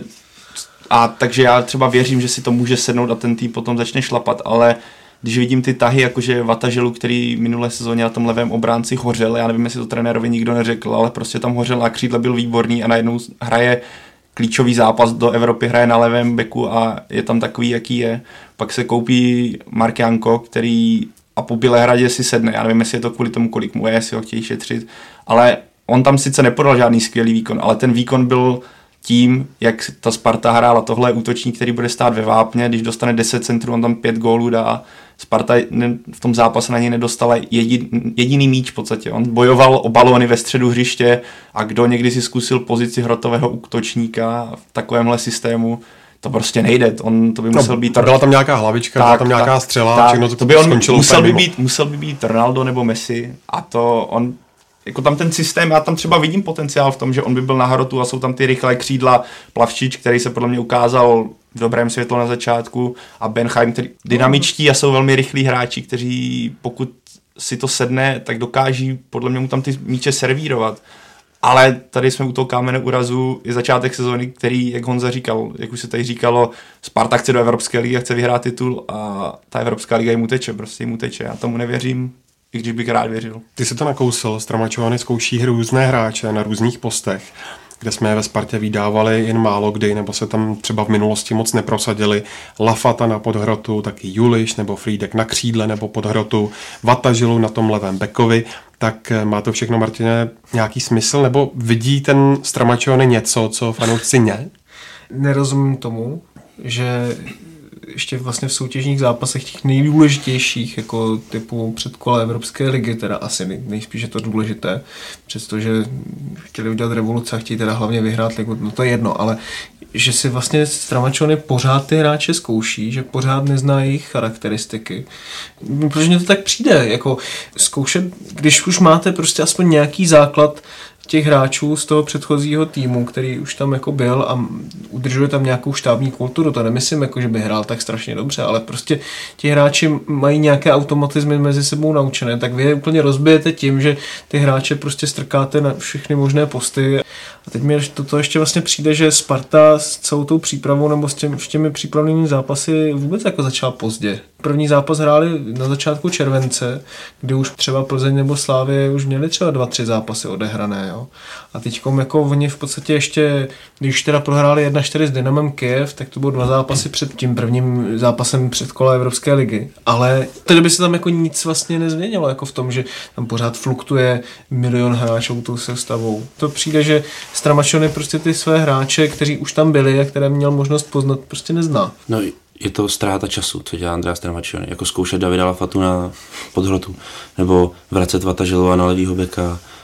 a takže já třeba věřím, že si to může sednout a ten tým potom začne šlapat, ale když vidím ty tahy, jakože Vataželu, který minulé sezóně na tom levém obránci hořel, já nevím, jestli to trenérovi nikdo neřekl, ale prostě tam hořel a křídle byl výborný a najednou hraje klíčový zápas do Evropy, hraje na levém beku a je tam takový, jaký je. Pak se koupí Mark Janko, který a po Bělehradě si sedne. Já nevím, jestli je to kvůli tomu, kolik mu je, jestli ho chtějí šetřit, ale on tam sice nepodal žádný skvělý výkon, ale ten výkon byl tím, jak ta Sparta hrála. Tohle je útočník, který bude stát ve vápně, když dostane deset centrů, on tam pět gólů dá. Sparta v tom zápase na něj nedostala jediný, jediný míč v podstatě. On bojoval o balóny ve středu hřiště a kdo někdy si zkusil pozici hrotového útočníka v takovémhle systému, to prostě nejde. On, to by musel no, být... Byla tam nějaká hlavička, tak, byla tam nějaká tak, střela, tak, všechno to, to by on skončilo musel by, být, musel by být Ronaldo nebo Messi a to on... Jako tam ten systém, já tam třeba vidím potenciál v tom, že on by byl na hrotu a jsou tam ty rychlé křídla, Plavčič, který se podle mě ukázal v dobrém světlu na začátku a Benheim, který dynamičtí a jsou velmi rychlí hráči, kteří pokud si to sedne, tak dokáží podle mě mu tam ty míče servírovat. Ale tady jsme u toho kámene úrazu, je začátek sezóny, který, jak Honza říkal, jak už se tady říkalo, Sparta chce do Evropské ligy a chce vyhrát titul a ta Evropská liga jim uteče, prostě jim uteče. Já tomu nevěřím, i když bych rád věřil. Ty se to nakousl, Stramaccioni zkouší různé hráče na různých postech, kde jsme je ve Spartě vydávali jen málo kdy, nebo se tam třeba v minulosti moc neprosadili. Lafata na podhrotu, taky Juliš nebo Frýdek na křídle nebo podhrotu, Vatažilu na tom levém bekovi. Tak má to všechno, Martine, nějaký smysl? Nebo vidí ten Stramaccioni něco, co fanoušci ne? Nerozumím tomu, že ještě vlastně v soutěžních zápasech těch nejdůležitějších, jako typu předkola Evropské ligy, teda asi nej, nejspíš je to důležité, přestože chtěli udělat revoluce a chtějí teda hlavně vyhrát ligu, no to je jedno, ale že si vlastně Stramaccioni pořád ty hráče zkouší, že pořád nezná jejich charakteristiky. Protože mně to tak přijde, jako zkoušet, když už máte prostě aspoň nějaký základ těch hráčů z toho předchozího týmu, který už tam jako byl a udržuje tam nějakou štábní kulturu, to nemyslím jako, že by hrál tak strašně dobře, ale prostě ti hráči mají nějaké automatizmy mezi sebou naučené, tak vy je úplně rozbijete tím, že ty hráče prostě strkáte na všechny možné posty. A teď mi toto ještě vlastně přijde, že Sparta s celou tou přípravou nebo s těmi, s těmi přípravnými zápasy vůbec jako začala pozdě. První zápas hráli na začátku července, kdy už třeba Plzeň nebo Slavie už měli třeba dva, tři zápasy odehrané. Jo. A teďkom jako oni v podstatě ještě, když teda prohráli jedna čtyři s Dynamem Kyjev, tak to bylo dva zápasy před tím prvním zápasem předkola Evropské ligy. Ale tedy by se tam jako nic vlastně nezměnilo, jako v tom, že tam pořád fluktuje milion hráčů tou sestavou. To přijde, že Stramaccioni prostě ty své hráče, kteří už tam byli a které měl možnost poznat, prostě nezná. No, je to ztráta času, co dělá Andrea Stramaccioni, jako zkoušet Davida Lafatu na podhrotu, nebo vracet Vatažilova na levýho beka,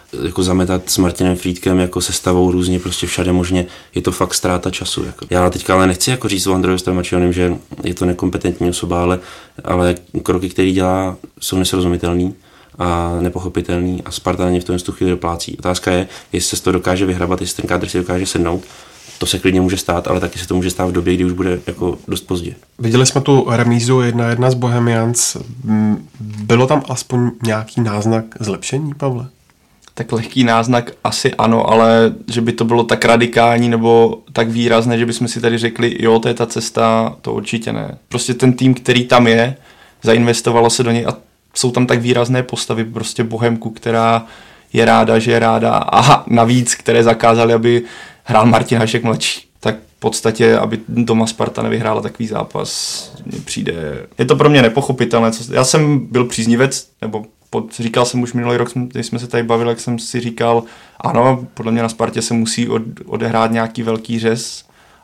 jako zametat s Martinem Frýdkem jako sestavou různě prostě všade možně, je to fakt ztráta času. Jako. Já teďka ale nechci jako říct o Andrejovi Stramačionem, že je to nekompetentní osoba, ale, ale kroky, které dělá, jsou nesrozumitelný a nepochopitelný a Sparta na ně v tom chvíli doplácí. Otázka je, jestli se to dokáže vyhrabat, jestli ten kádr si dokáže sednout. To se klidně může stát, ale taky se to může stát v době, kdy už bude jako dost pozdě. Viděli jsme tu remízu jedna jedna z Bohemians. Bylo tam aspoň nějaký náznak zlepšení, Pavle? Tak lehký náznak asi ano, ale že by to bylo tak radikální nebo tak výrazné, že bychom si tady řekli, jo, to je ta cesta, to určitě ne. Prostě ten tým, který tam je, zainvestovalo se do něj a jsou tam tak výrazné postavy, prostě Bohemku, která je ráda, že je ráda a navíc, které zakázali, aby hrál Martin Hašek mladší. Tak v podstatě, aby doma Sparta nevyhrála takový zápas, mně přijde. Je to pro mě nepochopitelné. Co... Já jsem byl příznivec, nebo pod... říkal jsem už minulý rok, když jsme se tady bavili, jak jsem si říkal, ano, podle mě na Spartě se musí od... odehrát nějaký velký řez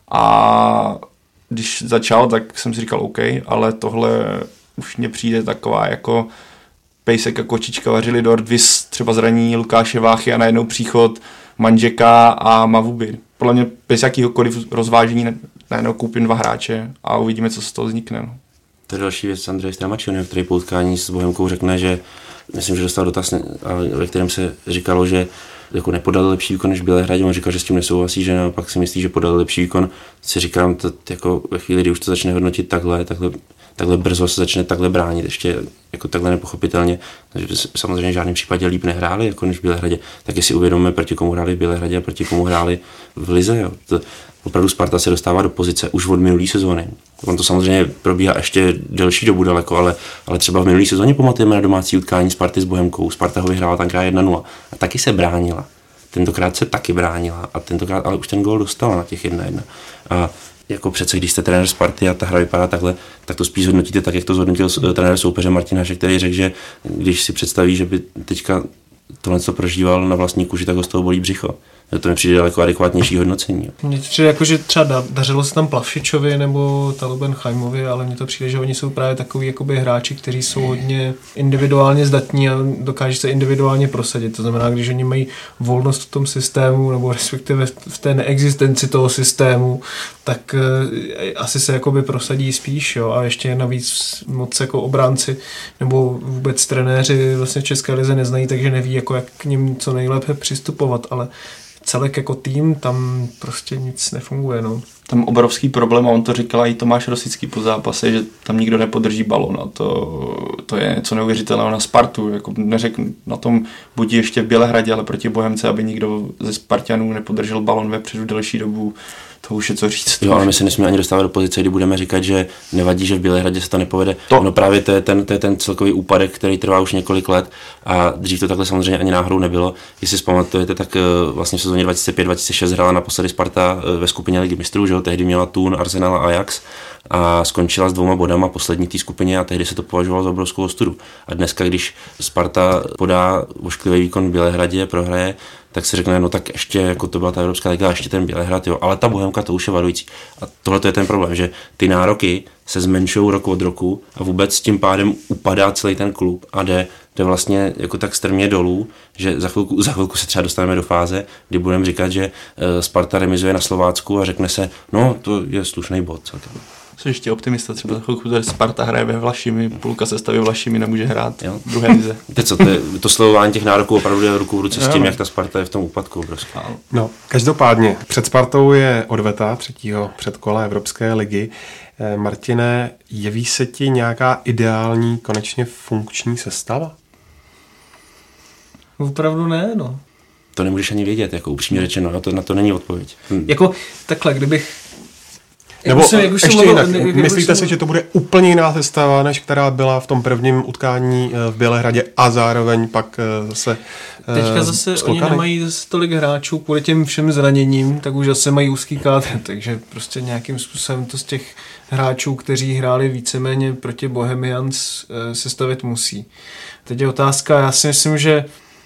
a když začal, tak jsem si říkal OK, ale tohle už mně přijde taková jako pejsek a kočička vařili dort, vys třeba zranění Lukáše Váchy a najednou příchod Mandžeka a Mavuby. Podle mě bez jakýhokoliv rozvážení najednou koupím dva hráče a uvidíme, co z toho vznikne. No. To je další věc Andrej Stramačionem, který po utkání s Bohemkou řekne, že myslím, že dostal dotaz, ve kterém se říkalo, že jako nepodal lepší výkon než v Bělehradě, on říkal, že s tím nesouhlasí, že naopak si myslí, že podal lepší výkon. Si říkám, to, jako ve chvíli, kdy už to začne hodnotit takhle, takhle, takhle brzo se začne takhle bránit, ještě jako takhle nepochopitelně, takže samozřejmě v žádném případě líp nehráli, jako než v Bělehradě, tak si uvědomíme, proti komu hráli v Bělehradě a proti komu hráli v lize. Jo. To, opravdu Sparta se dostává do pozice už od minulé sezóny. On to samozřejmě probíhá ještě delší dobu daleko, ale, ale třeba v minulé sezóně pamatujeme na domácí utkání Sparty s Bohemkou. Sparta ho vyhrála tenkrát jedna nula a taky se bránila. Tentokrát se taky bránila a tentokrát ale už ten gól dostala na těch jedna jedna. A jako přece, když jste trenér Sparty a ta hra vypadá takhle, tak to spíš hodnotíte tak, jak to zhodnotil trenér soupeře Martin Hašek, který řekl, že když si představí, že by teďka tohle co prožíval na vlastní kůži, tak ho z toho bolí břicho. To mi přijde daleko adekvátnější hodnocení. Mně to přijde jako, že třeba dařilo se tam Plavšičovi nebo Talubenheimovi, ale mně to přijde, že oni jsou právě takový jakoby hráči, kteří jsou hodně individuálně zdatní a dokáží se individuálně prosadit. To znamená, když oni mají volnost v tom systému nebo respektive v té neexistenci toho systému, tak uh, asi se jakoby prosadí spíš. Jo? A ještě navíc moc jako obránci nebo vůbec trenéři vlastně v České lize neznají, takže neví, jako jak k nim co nejlépe přistupovat, ale celek jako tým, tam prostě nic nefunguje. No. Tam obrovský problém, a on to říkal i Tomáš Rosický po zápase, že tam nikdo nepodrží balon a to, to je něco neuvěřitelného na Spartu. Jako neřeknu na tom buď ještě v Bělehradě, ale proti Bohemce, aby nikdo ze Spartanů nepodržel balon vepředu delší dobu. To už je co říct. Jo, ale my se nesmíme ani dostávat do pozice, kdy budeme říkat, že nevadí, že v Bělehradě se to nepovede. To. No právě to je, ten, to je ten celkový úpadek, který trvá už několik let a dřív to takhle samozřejmě ani náhodou nebylo. Jestli si pamatujete, tak vlastně v sezóně dvacet pět dvacet šest hrála naposledy Sparta ve skupině Ligy mistrů, že jo, tehdy měla Thun, Arsenal a Ajax a skončila s dvouma bodama poslední té skupině a tehdy se to považovalo za obrovskou ostudu. A dneska, když Sparta podá ošklivý výkon v Bělehradě, prohraje, tak se řekne, no tak ještě jako to byla ta Evropská liga, ještě ten Bělehrad, jo, ale ta Bohemka to už je varující. A tohle to je ten problém, že ty nároky se zmenšují rok od roku a vůbec tím pádem upadá celý ten klub a jde, jde vlastně jako tak strmě dolů, že za chvilku, za chvilku se třeba dostaneme do fáze, kdy budeme říkat, že Sparta remizuje na Slovácku a řekne se, no to je slušný bod. Co to? Jsi ještě optimista, třeba za chvilku tady Sparta hraje ve Vlašimi, půlka sestavy Vlašimi nemůže hrát jo. v druhé lize. Teď co, to, je, to slovování těch nároků opravdu je ruku v ruce s tím, no. Jak ta Sparta je v tom úpadku obrovský. No, každopádně, před Spartou je odveta třetího předkola Evropské ligy. Martine, jeví se ti nějaká ideální, konečně funkční sestava? Opravdu ne, no. To nemůžeš ani vědět, jako upřímně řečeno, no, to, na to není odpověď. Hm. Jako takhle, kdybych Nebo jsem, ještě mluvil, jinak, ne, myslíte si, že to bude úplně jiná sestava, než která byla v tom prvním utkání v Bělehradě a zároveň pak se Teďka zase skokali? Oni nemají zase tolik hráčů kvůli těm všem zraněním, tak už zase mají úzký kádr, takže prostě nějakým způsobem to z těch hráčů, kteří hráli víceméně proti Bohemians, sestavit musí. Teď je otázka, já si myslím, že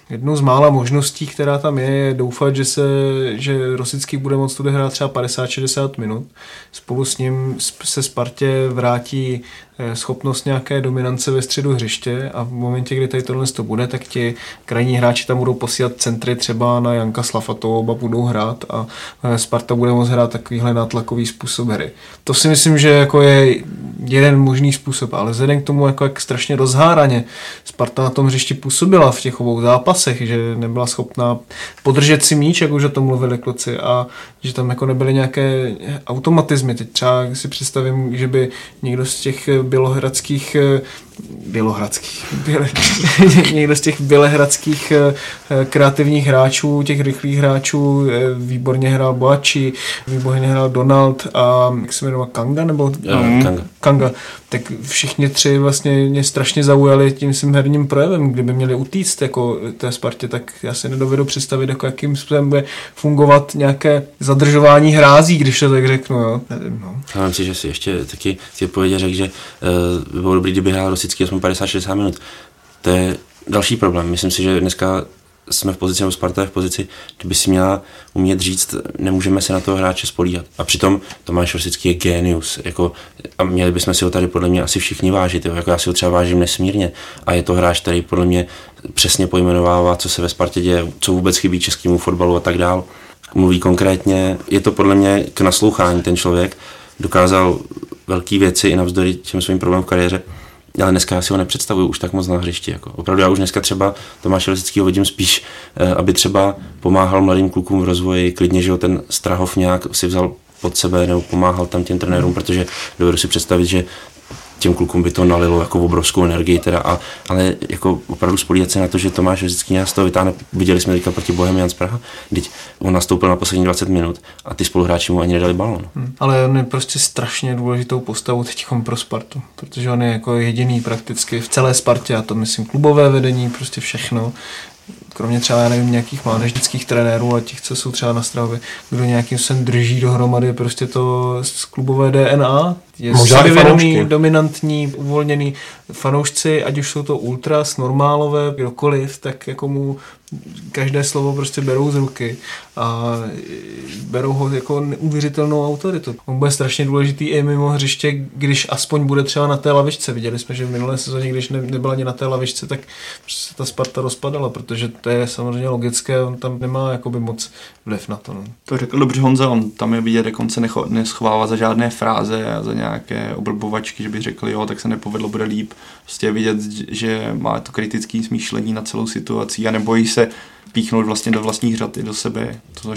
Jednou z mála možností, která tam je, je doufat, že se, že Rosický bude moct odehrát třeba padesát šedesát minut. Spolu s ním se Spartě vrátí schopnost nějaké dominance ve středu hřiště a v momentě, kdy tady tohle to bude, tak ti krajní hráči tam budou posílat centry třeba na Janka Slafatovou, oba budou hrát a Sparta bude moct hrát takovýhle nátlakový způsob hry. To si myslím, že jako je jeden možný způsob, ale vzhledem k tomu, jako jak strašně rozháraně Sparta na tom hřišti působila v těch obou zápasech, že nebyla schopná podržet si míč, jak už o tom mluvili kluci, a že tam jako nebyly nějaké automatizmy. Teď třeba si představím, že by někdo z těch bělohradských bělohradských běle, někdo z těch bělehradských kreativních hráčů, těch rychlých hráčů, výborně hrál Boači, výborně hrál Donald a jak se jmenoval Kanga, nebo ja, um, Kanga. Kanga, tak všichni tři vlastně mě strašně zaujali tím svým herním projevem. Kdyby měli utíct jako té Spartě, tak já si nedovedu představit, jako jakým způsobem bude fungovat nějaké zadržování hrází, když to tak řeknu, jo. Nevím, no. Já mám si, že si ještě taky si odpovědě řekl, že uh, by bylo dobrý, kdyby hrál Rosický aspoň padesát šedesát minut. To je další problém. Myslím si, že dneska jsme v pozici, nebo Sparta je v pozici, kdyby si měla umět říct, nemůžeme se na toho hráče spolíhat. A přitom Tomáš Rosický je génius. Jako, a měli bychom si ho tady podle mě asi všichni vážit. Jo. Jako já si ho třeba vážím nesmírně. A je to hráč, který podle mě přesně pojmenovává, co se ve Spartě děje, co vůbec chybí českému fotbalu a tak dál. Mluví konkrétně. Je to podle mě k naslouchání. Ten člověk dokázal velké věci i navzdory těm svým problémům v kariéře. Ale dneska já si ho nepředstavuju už tak moc na hřišti. Jako. Opravdu já už dneska třeba Tomáše Rosického vidím spíš, aby třeba pomáhal mladým klukům v rozvoji, klidně, že ho ten Strahov nějak si vzal pod sebe nebo pomáhal tam těm trenérům, protože dovedu si představit, že těm klukům by to nalilo jako obrovskou energii teda, a, ale jako opravdu spolíhat se na to, že Tomáš Rosický nějak z toho vytáhne. Viděli jsme teďka proti Bohemians Praha, teď on nastoupil na poslední dvacet minut a ty spoluhráči mu ani nedali balón. Hmm. Ale on je prostě strašně důležitou postavou teďkom pro Spartu, protože on je jako jediný prakticky v celé Spartě, a to myslím klubové vedení, prostě všechno. Kromě třeba, já nevím, nějakých mládežnických trenérů a těch, co jsou třeba na Strahově, kdo nějakým sem drží dohromady prostě to z klubové D N A. Je sebevědomý, dominantní, uvolněný fanoušci, ať už jsou to ultras, normálové, kdokoliv, tak jako mu každé slovo prostě berou z ruky a berou ho jako neuvěřitelnou autoritu. On bude strašně důležitý i mimo hřiště, když aspoň bude třeba na té lavičce. Viděli jsme, že v minulé sezóně, když ne, nebyla ani na té lavičce, tak se ta Sparta rozpadala, protože to je samozřejmě logické, on tam nemá jakoby moc vliv na to. No. To řekl dobře Honza, on tam je vidět, jak on se necho, neschovává za žádné fráze a za nějaké oblbovačky, že by řekli, jo, tak se nepovedlo, bude líp. Prostě je vidět, že má to kritické smýšlení na celou situaci a nebojí se píchnout vlastně do vlastních řad i do sebe,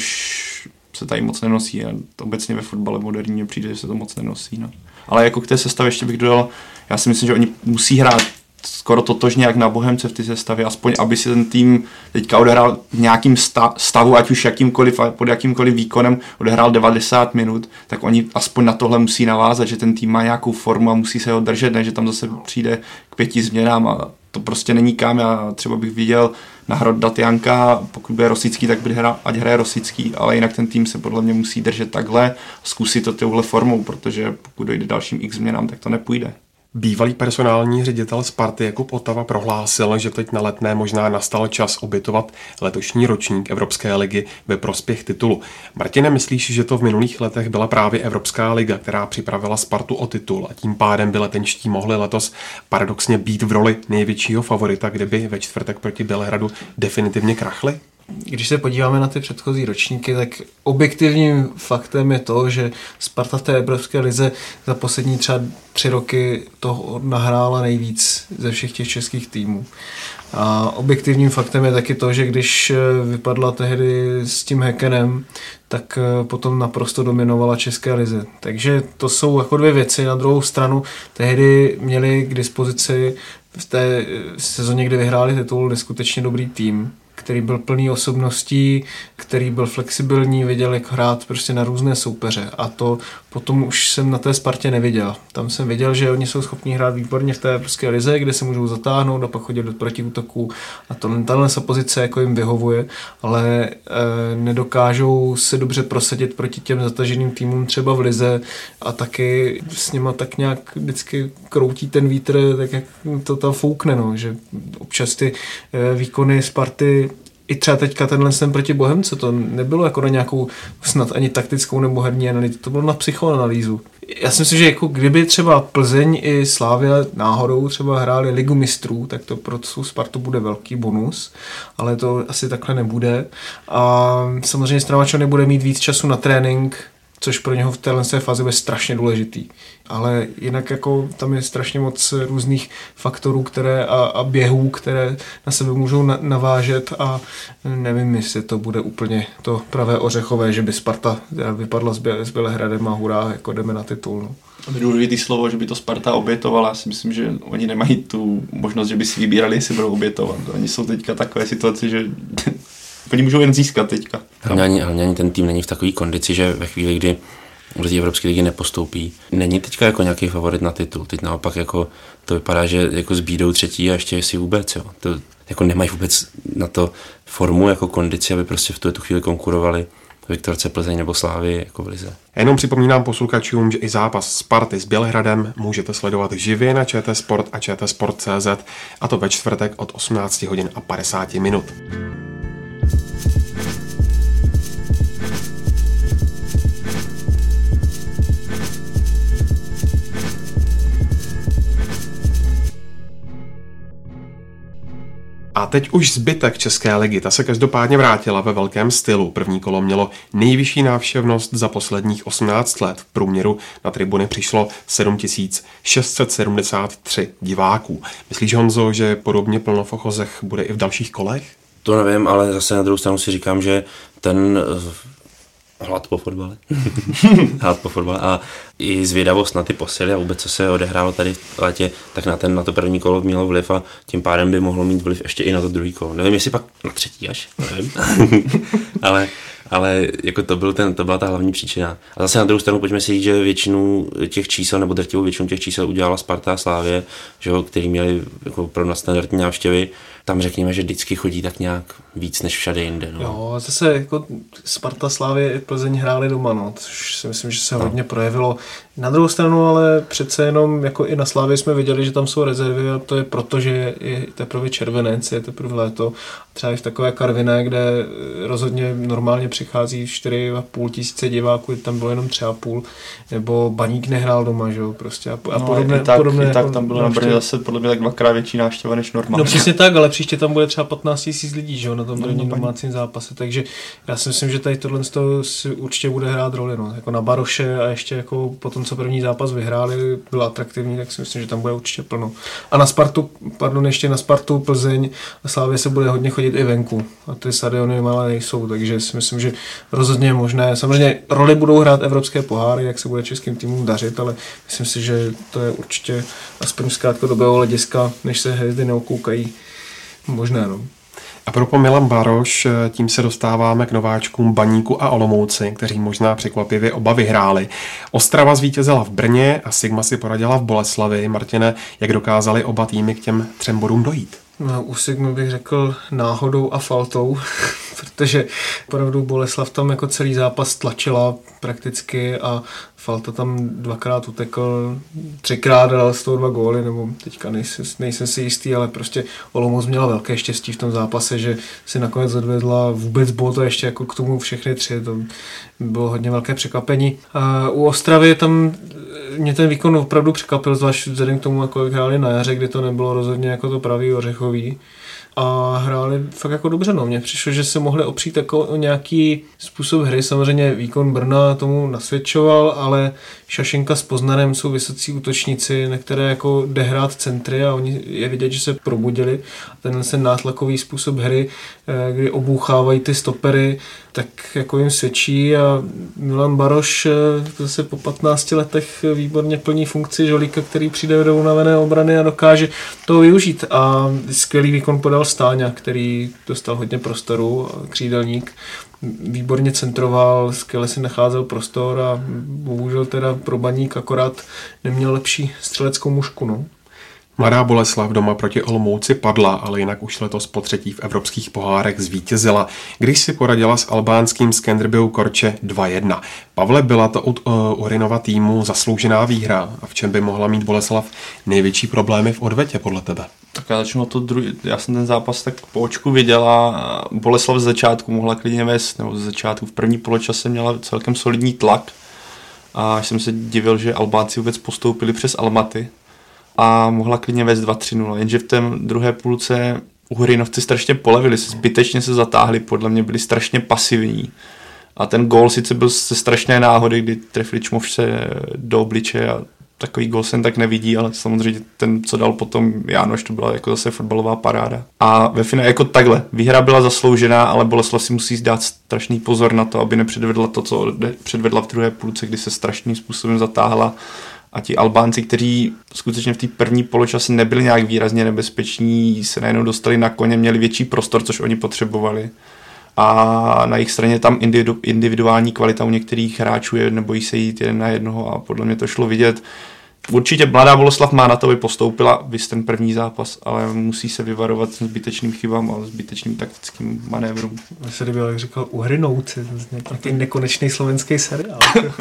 což se tady moc nenosí a obecně ve fotbale moderní přijde, že se to moc nenosí. No. Ale jako k té sestavě ještě bych dodal, já si myslím, že oni musí hrát skoro totožně jak na Bohemce v té sestavě, aspoň aby si ten tým teďka odehrál v nějakým stavu, ať už jakýmkoliv, pod jakýmkoliv výkonem odehrál devadesát minut, tak oni aspoň na tohle musí navázat, že ten tým má nějakou formu a musí se ho držet, ne, že tam zase přijde k pěti změnám a to prostě není kam. Já třeba bych viděl nahrodat Janka, pokud bude Rosický, tak bude hra, ať hraje Rosický, ale jinak ten tým se podle mě musí držet takhle, zkusit to touhle formou, protože pokud dojde dalším x změnám, tak to nepůjde. Bývalý personální ředitel Sparty Jakub Otava prohlásil, že teď na Letné možná nastal čas obětovat letošní ročník Evropské ligy ve prospěch titulu. Martine, myslíš, že to v minulých letech byla právě Evropská liga, která připravila Spartu o titul a tím pádem by letenští mohli letos paradoxně být v roli největšího favorita, kdyby ve čtvrtek proti Bělehradu definitivně krachli? Když se podíváme na ty předchozí ročníky, tak objektivním faktem je to, že Sparta v té Evropské lize za poslední třeba tři roky toho nahrála nejvíc ze všech těch českých týmů. A objektivním faktem je taky to, že když vypadla tehdy s tím Hekenem, tak potom naprosto dominovala České lize. Takže to jsou jako dvě věci. Na druhou stranu tehdy měli k dispozici v té sezóně, kdy vyhráli titul, neskutečně dobrý tým. který byl plný osobností, který byl flexibilní, věděl, jak hrát prostě na různé soupeře. A to potom už jsem na té Spartě neviděl. Tam jsem viděl, že oni jsou schopni hrát výborně v té evropské lize, kde se můžou zatáhnout a pak chodit do protiútoků. A to tahle pozice jako jim vyhovuje, ale e, nedokážou se dobře prosadit proti těm zataženým týmům třeba v lize a taky s nima tak nějak vždycky kroutí ten vítr, tak jak to tam foukne, no, že občas ty e, výkony Sparty i třeba teďka tenhle jsem proti Bohemce, to nebylo jako na nějakou snad ani taktickou nebo herní analýzu, to bylo na psychoanalýzu. Já si myslím, že jako kdyby třeba Plzeň i Slavia náhodou třeba hráli Ligu mistrů, tak to pro tu Spartu bude velký bonus, ale to asi takhle nebude. A samozřejmě Stramačo nebude mít víc času na trénink, což pro něho v téhle fázi bude strašně důležitý. Ale jinak jako tam je strašně moc různých faktorů které a, a běhů, které na sebe můžou na, navážet a nevím, jestli to bude úplně to pravé ořechové, že by Sparta vypadla s, Bě, s Bělehradem a hurá, jako jdeme na titul. No. A důležitý slovo, že by to Sparta obětovala, já si myslím, že oni nemají tu možnost, že by si vybírali, jestli budou obětovat. Oni jsou teďka takové situace, že oni můžou jen získat teďka. Ale ani, ani ten tým není v takové kondici, že ve chvíli, kdy do té Evropské ligy nepostoupí, není teďka jako nějaký favorit na titul. Teď naopak jako to vypadá, že jako zbídou třetí a ještě si vůbec, jo. To jako nemají vůbec na to formu jako kondici, aby prostě v tu, tu chvíli konkurovali Viktorce, Plzeň nebo Slávy jako v lize. Jenom připomínám posluchačům, že i zápas Sparty s Bělehradem můžete sledovat živě na ČT Sport a ČT Sport tečka cé zet, a to ve čtvrtek od osmnáct hodin a padesát minut. A teď už zbytek České ligy, ta se každopádně vrátila ve velkém stylu. První kolo mělo nejvyšší návštěvnost za posledních osmnáct let. V průměru na tribuny přišlo sedm tisíc šest set sedmdesát tři diváků. Myslíš, Honzo, že podobně plno v Ochozech bude i v dalších kolech? To nevím, ale zase na druhou stranu si říkám, že ten hlad po fotbale. hlad po fotbale a i zvědavost na ty posily a vůbec, co se odehrálo tady v létě, tak na, ten, na to první kolo mělo vliv a tím pádem by mohlo mít vliv ještě i na to druhý kolo. Nevím, jestli pak na třetí až, nevím. ale, ale jako to, byl ten, to byla ta hlavní příčina. A zase na druhou stranu pojďme si říct, že většinu těch čísel, nebo drtivou většinu těch čísel udělala Sparta a Slavie, že jo, který měli jako pro nadstandardní návštěvy. Tam řekněme, že vždycky chodí tak nějak víc než všade jinde. No. Jo, zase jako Sparta, Slavie i Plzeň hráli doma, no, což si myslím, že se no. hodně projevilo. Na druhou stranu, ale přece jenom jako i na Slavii jsme viděli, že tam jsou rezervy a to je proto, že je teprve červenec, je teprve léto. Třeba i v takové Karviné, kde rozhodně normálně přichází čtyři a půl tisíce diváků, tam bylo jenom tři a půl, nebo Baník nehrál doma, že jo, prostě a, a no, podobné. I tak, podobné i tak tam bylo na Brně zase podle mě tak dvakrát větší návštěva než normálně. No přesně tak, ale příště tam bude třeba patnáct tisíc lidí, že jo, na tom no, prvním domácím zápase, takže já si myslím, že tady tohle si určitě bude hrát roli, no, jako na Baroše a ještě jako potom, co první zápas vyhráli, byl atraktivní, tak si myslím, že tam bude určitě plno. A na Spartu, pardon, ještě na Spartu, Plzeň a Slávě se bude hodně chodit i venku a ty stadiony malé nejsou, takže si myslím, že rozhodně je možné. Samozřejmě roli budou hrát evropské poháry, jak se bude českým týmům dařit, ale myslím si, že to je určitě aspoň z krátkodobého hlediska, než se hvězdy neokoukají, možné, no. A pro Milan Baroš, tím se dostáváme k nováčkům Baníku a Olomouci, kteří možná překvapivě oba vyhráli. Ostrava zvítězila v Brně a Sigma si poradila v Boleslavi. Martine, jak dokázali oba týmy k těm třem bodům dojít? No, u Sigmy bych řekl náhodou a faltou, protože opravdu Boleslav tam jako celý zápas tlačila prakticky a Falta tam dvakrát utekl, třikrát dal z toho dva góly, nebo teďka nejsem, nejsem si jistý, ale prostě Olomouc měla velké štěstí v tom zápase, že si nakonec odvedla vůbec bod a ještě jako k tomu všechny tři, to bylo hodně velké překvapení. A u Ostravy tam mě ten výkon opravdu překvapil, zvlášť vzhledem k tomu, jako jak hráli na jaře, kdy to nebylo rozhodně jako to pravý ořechový. A hráli fakt jako dobře, no. Mně přišlo, že se mohli opřít jako o nějaký způsob hry. Samozřejmě výkon Brna tomu nasvědčoval, ale Šašenka s Poznarem jsou vysocí útočníci, na které jako jde hrát centry a oni je vidět, že se probudili. Ten ten nátlakový způsob hry, kdy obouchávají ty stopery tak jako jim svědčí a Milan Baroš zase po patnácti letech výborně plní funkci žolíka, který přijde do unavené obrany a dokáže toho využít. A skvělý výkon podal Stáňa, který dostal hodně prostoru, křídelník, výborně centroval, skvěle si nacházel prostor a bohužel teda pro Baník akorát neměl lepší střeleckou mušku. No. Mladá Boleslav doma proti Olomouci padla, ale jinak už letos po třetí v evropských pohárech zvítězila, když si poradila s albánským Skanderbeu Korče dva jedna. Pavle, byla to od uh, Urinova týmu zasloužená výhra a v čem by mohla mít Boleslav největší problémy v odvetě podle tebe? Tak já začnu to druhý. Já jsem ten zápas tak po očku viděla. Boleslav z začátku mohla klidně vést, nebo z začátku v první poločase měla celkem solidní tlak a jsem se divil, že Albánci vůbec postoupili přes Almaty a mohla klidně vést dva tři nula, jenže v té druhé půlce Uhrinovci strašně polevili, se zbytečně se zatáhli, podle mě byli strašně pasivní. A ten gól sice byl ze strašné náhody, kdy trefili Čmovše do obličeje a takový gól jsem tak nevidí, ale samozřejmě ten, co dal potom Jánoš, to byla jako zase fotbalová paráda. A ve finále jako takhle, výhra byla zasloužená, ale Boleslav si musí dát strašný pozor na to, aby nepředvedla to, co předvedla v druhé půlce, kdy se strašným způsobem zatáhla. A ti Albánci, kteří skutečně v té první poločase nebyli nějak výrazně nebezpeční, se najednou dostali na koně, měli větší prostor, což oni potřebovali. A na jejich straně tam individu, individuální kvalita u některých hráčů je, nebojí se jít jeden na jednoho a podle mě to šlo vidět. Určitě mladá Boleslav má na to, aby postoupila vys ten první zápas, ale musí se vyvarovat zbytečným chybám a zbytečným taktickým manévrům. Já se kdyby jak říkal Uhrinouci, takový nekonečný slovenský seriál.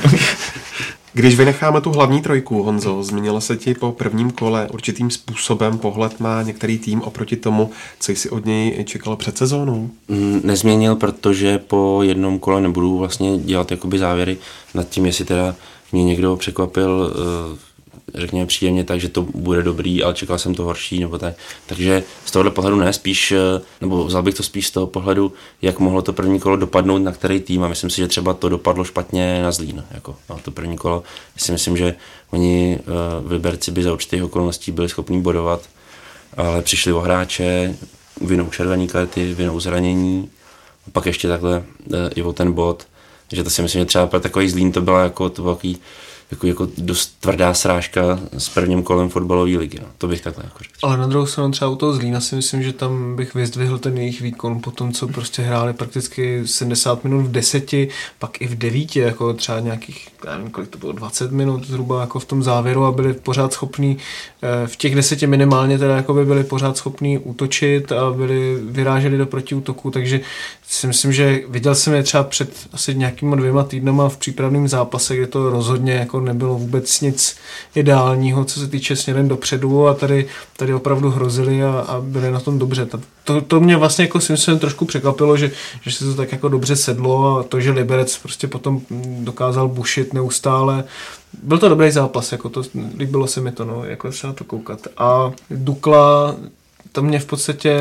Když vynecháme tu hlavní trojku, Honzo, změnila se ti po prvním kole určitým způsobem pohled na některý tým oproti tomu, co jsi od něj čekal před sezónou? Nezměnil, protože po jednom kole nebudu vlastně dělat jakoby závěry nad tím, jestli teda mě někdo překvapil, řekněme příjemně tak, že to bude dobrý, ale čekal jsem to horší, nebo tak. Takže z tohohle pohledu ne, spíš, nebo vzal bych to spíš z toho pohledu, jak mohlo to první kolo dopadnout na který tým a myslím si, že třeba to dopadlo špatně na Zlín, jako na to první kolo. Si myslím, že oni v Liberci by za určitých okolností byli schopní bodovat, ale přišli o hráče, vinou červený karty, vinou zranění, a pak ještě takhle i o ten bod, že to si myslím, že třeba pro takový Zlín to byla jako to velký Jako, jako dost tvrdá srážka s prvním kolem fotbalové ligy. No. To bych takhle jako řekl. Ale na druhou stranu třeba u toho Zlína si myslím, že tam bych vyzdvihl ten jejich výkon po tom, co prostě hráli prakticky sedmdesát minut v deseti, pak i v devíti, jako třeba nějakých, já nevím, kolik to bylo, dvacet minut zhruba jako v tom závěru a byli pořád schopní, v těch deseti minimálně teda jako by byli pořád schopní útočit a byli, vyráželi do protiútoku, takže si myslím, že viděl jsem je třeba před asi nějakýma dvěma týdnama v přípravném zápase, kde to rozhodně jako nebylo vůbec nic ideálního, co se týče směrem dopředu a tady, tady opravdu hrozili a, a byli na tom dobře. To, to mě vlastně jako si myslím trošku překvapilo, že, že se to tak jako dobře sedlo a to, že Liberec prostě potom dokázal bušit neustále. Byl to dobrý zápas, jako to, líbilo se mi to, no, jako se na to koukat. A Dukla, to mě v podstatě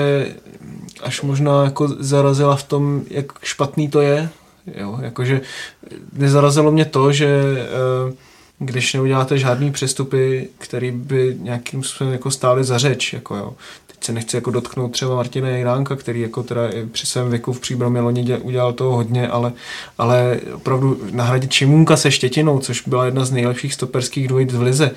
až možná jako zarazila v tom, jak špatný to je. Jo, jakože nezarazilo mě to, že když neuděláte žádný přestupy, který by nějakým způsobem jako stály za řeč, jako jo. Teď se nechci jako dotknout třeba Martina Jiránka, který jako teda při svém věku v Příbramě loni udělal toho hodně, ale, ale opravdu nahradit Šimůnka se Štětinou, což byla jedna z nejlepších stoperských dvojic v lize,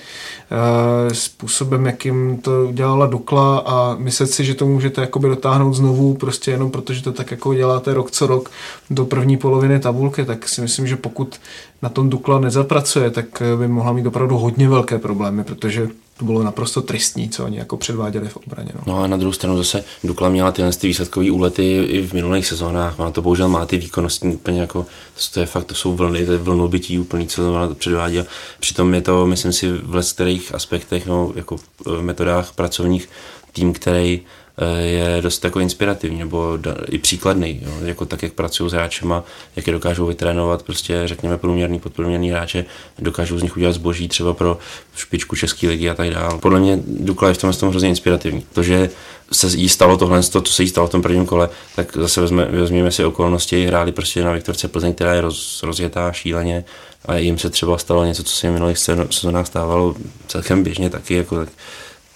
způsobem, jakým to udělala Dukla a myslet si, že to můžete jakoby dotáhnout znovu, prostě jenom protože to tak jako děláte rok co rok do první poloviny tabulky, tak si myslím, že pokud na tom Dukla nezapracuje, tak by mohla mít opravdu hodně velké problémy, protože to bylo naprosto tristní, co oni jako předváděli v obraně. No, no a na druhou stranu zase Dukla měla tyhle ty výsledkové úlety i v minulých sezónách. Ona to bohužel má ty výkonnostní úplně jako, to je fakt, to jsou vlny, to je vlnobytí úplný, co ona to předvádí. A přitom je to, myslím si, v kterých aspektech, no, jako v metodách pracovních tým, který je dost jako inspirativní nebo i příkladný, jo? Jako tak, jak pracují s hráčema, jak je dokážou vytrénovat, prostě řekněme průměrný, podprůměrný hráče, dokážou z nich udělat zboží třeba pro špičku české ligy a tak dále. Podle mě Dukla je v tomhle tom hrozně inspirativní. To, že se jí stalo tohle, to, co se jí stalo v tom prvním kole, tak zase vezme, vezměme si okolnosti, hráli prostě na Viktorce Plzeň, která je roz, rozjetá šíleně a jim se třeba stalo něco, co se jim v minulých sezónách stávalo celkem běžně taky, jako tak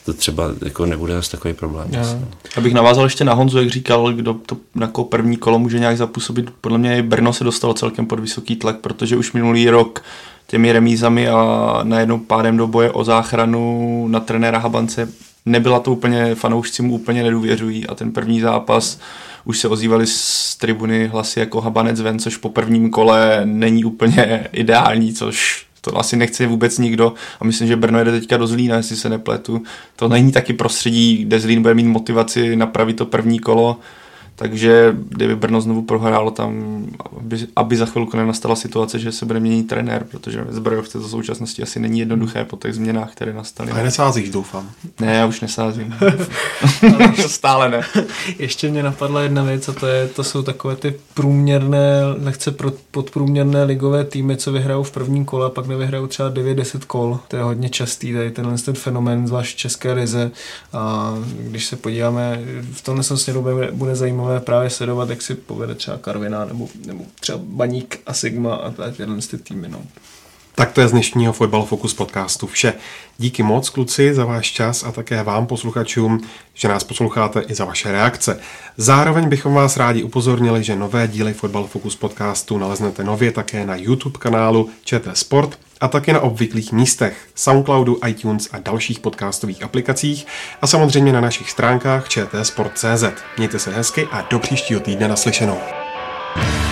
to třeba jako nebude zase takový problém. Abych navázal ještě na Honzu, jak říkal, kdo to jako první kolo může nějak zapůsobit. Podle mě Brno se dostalo celkem pod vysoký tlak, protože už minulý rok těmi remízami a najednou pádem do boje o záchranu na trenéra Habance nebyla to úplně, fanoušci mu úplně nedůvěřují a ten první zápas už se ozývaly z tribuny hlasy jako Habanec ven, což po prvním kole není úplně ideální, což to asi nechce vůbec nikdo a myslím, že Brno jede teďka do Zlína, jestli se nepletu. To není taky prostředí, kde Zlín bude mít motivaci napravit to první kolo, takže kdyby Brno znovu prohrálo tam, aby, aby za chvilku nenastala situace, že se bude měnit trenér, protože zbrojovce to v současnosti asi není jednoduché po těch změnách, které nastaly. A nesázíš, doufám. Ne, já už nesázím. Stále ne. Ještě mě napadla jedna věc a to, je, to jsou takové ty průměrné, lehce podprůměrné ligové týmy, co vyhrajou v prvním kole a pak nevyhrajou třeba devět deset kol. To je hodně častý, tady tenhle ten fenomén, zvlášť v České lize. A když se podíváme, v tomhle směru bude zajímavé právě sledovat, jak si povede třeba Karviná nebo, nebo třeba Baník a Sigma a tyhle ty týmy. No. Tak to je z dnešního Fotbal Focus podcastu vše. Díky moc, kluci, za váš čas a také vám, posluchačům, že nás posloucháte i za vaše reakce. Zároveň bychom vás rádi upozornili, že nové díly Fotbal Focus podcastu naleznete nově také na YouTube kanálu ČT Sport a také na obvyklých místech Soundcloudu, iTunes a dalších podcastových aplikacích a samozřejmě na našich stránkách čtsport tečka cz. Mějte se hezky a do příštího týdne naslyšenou.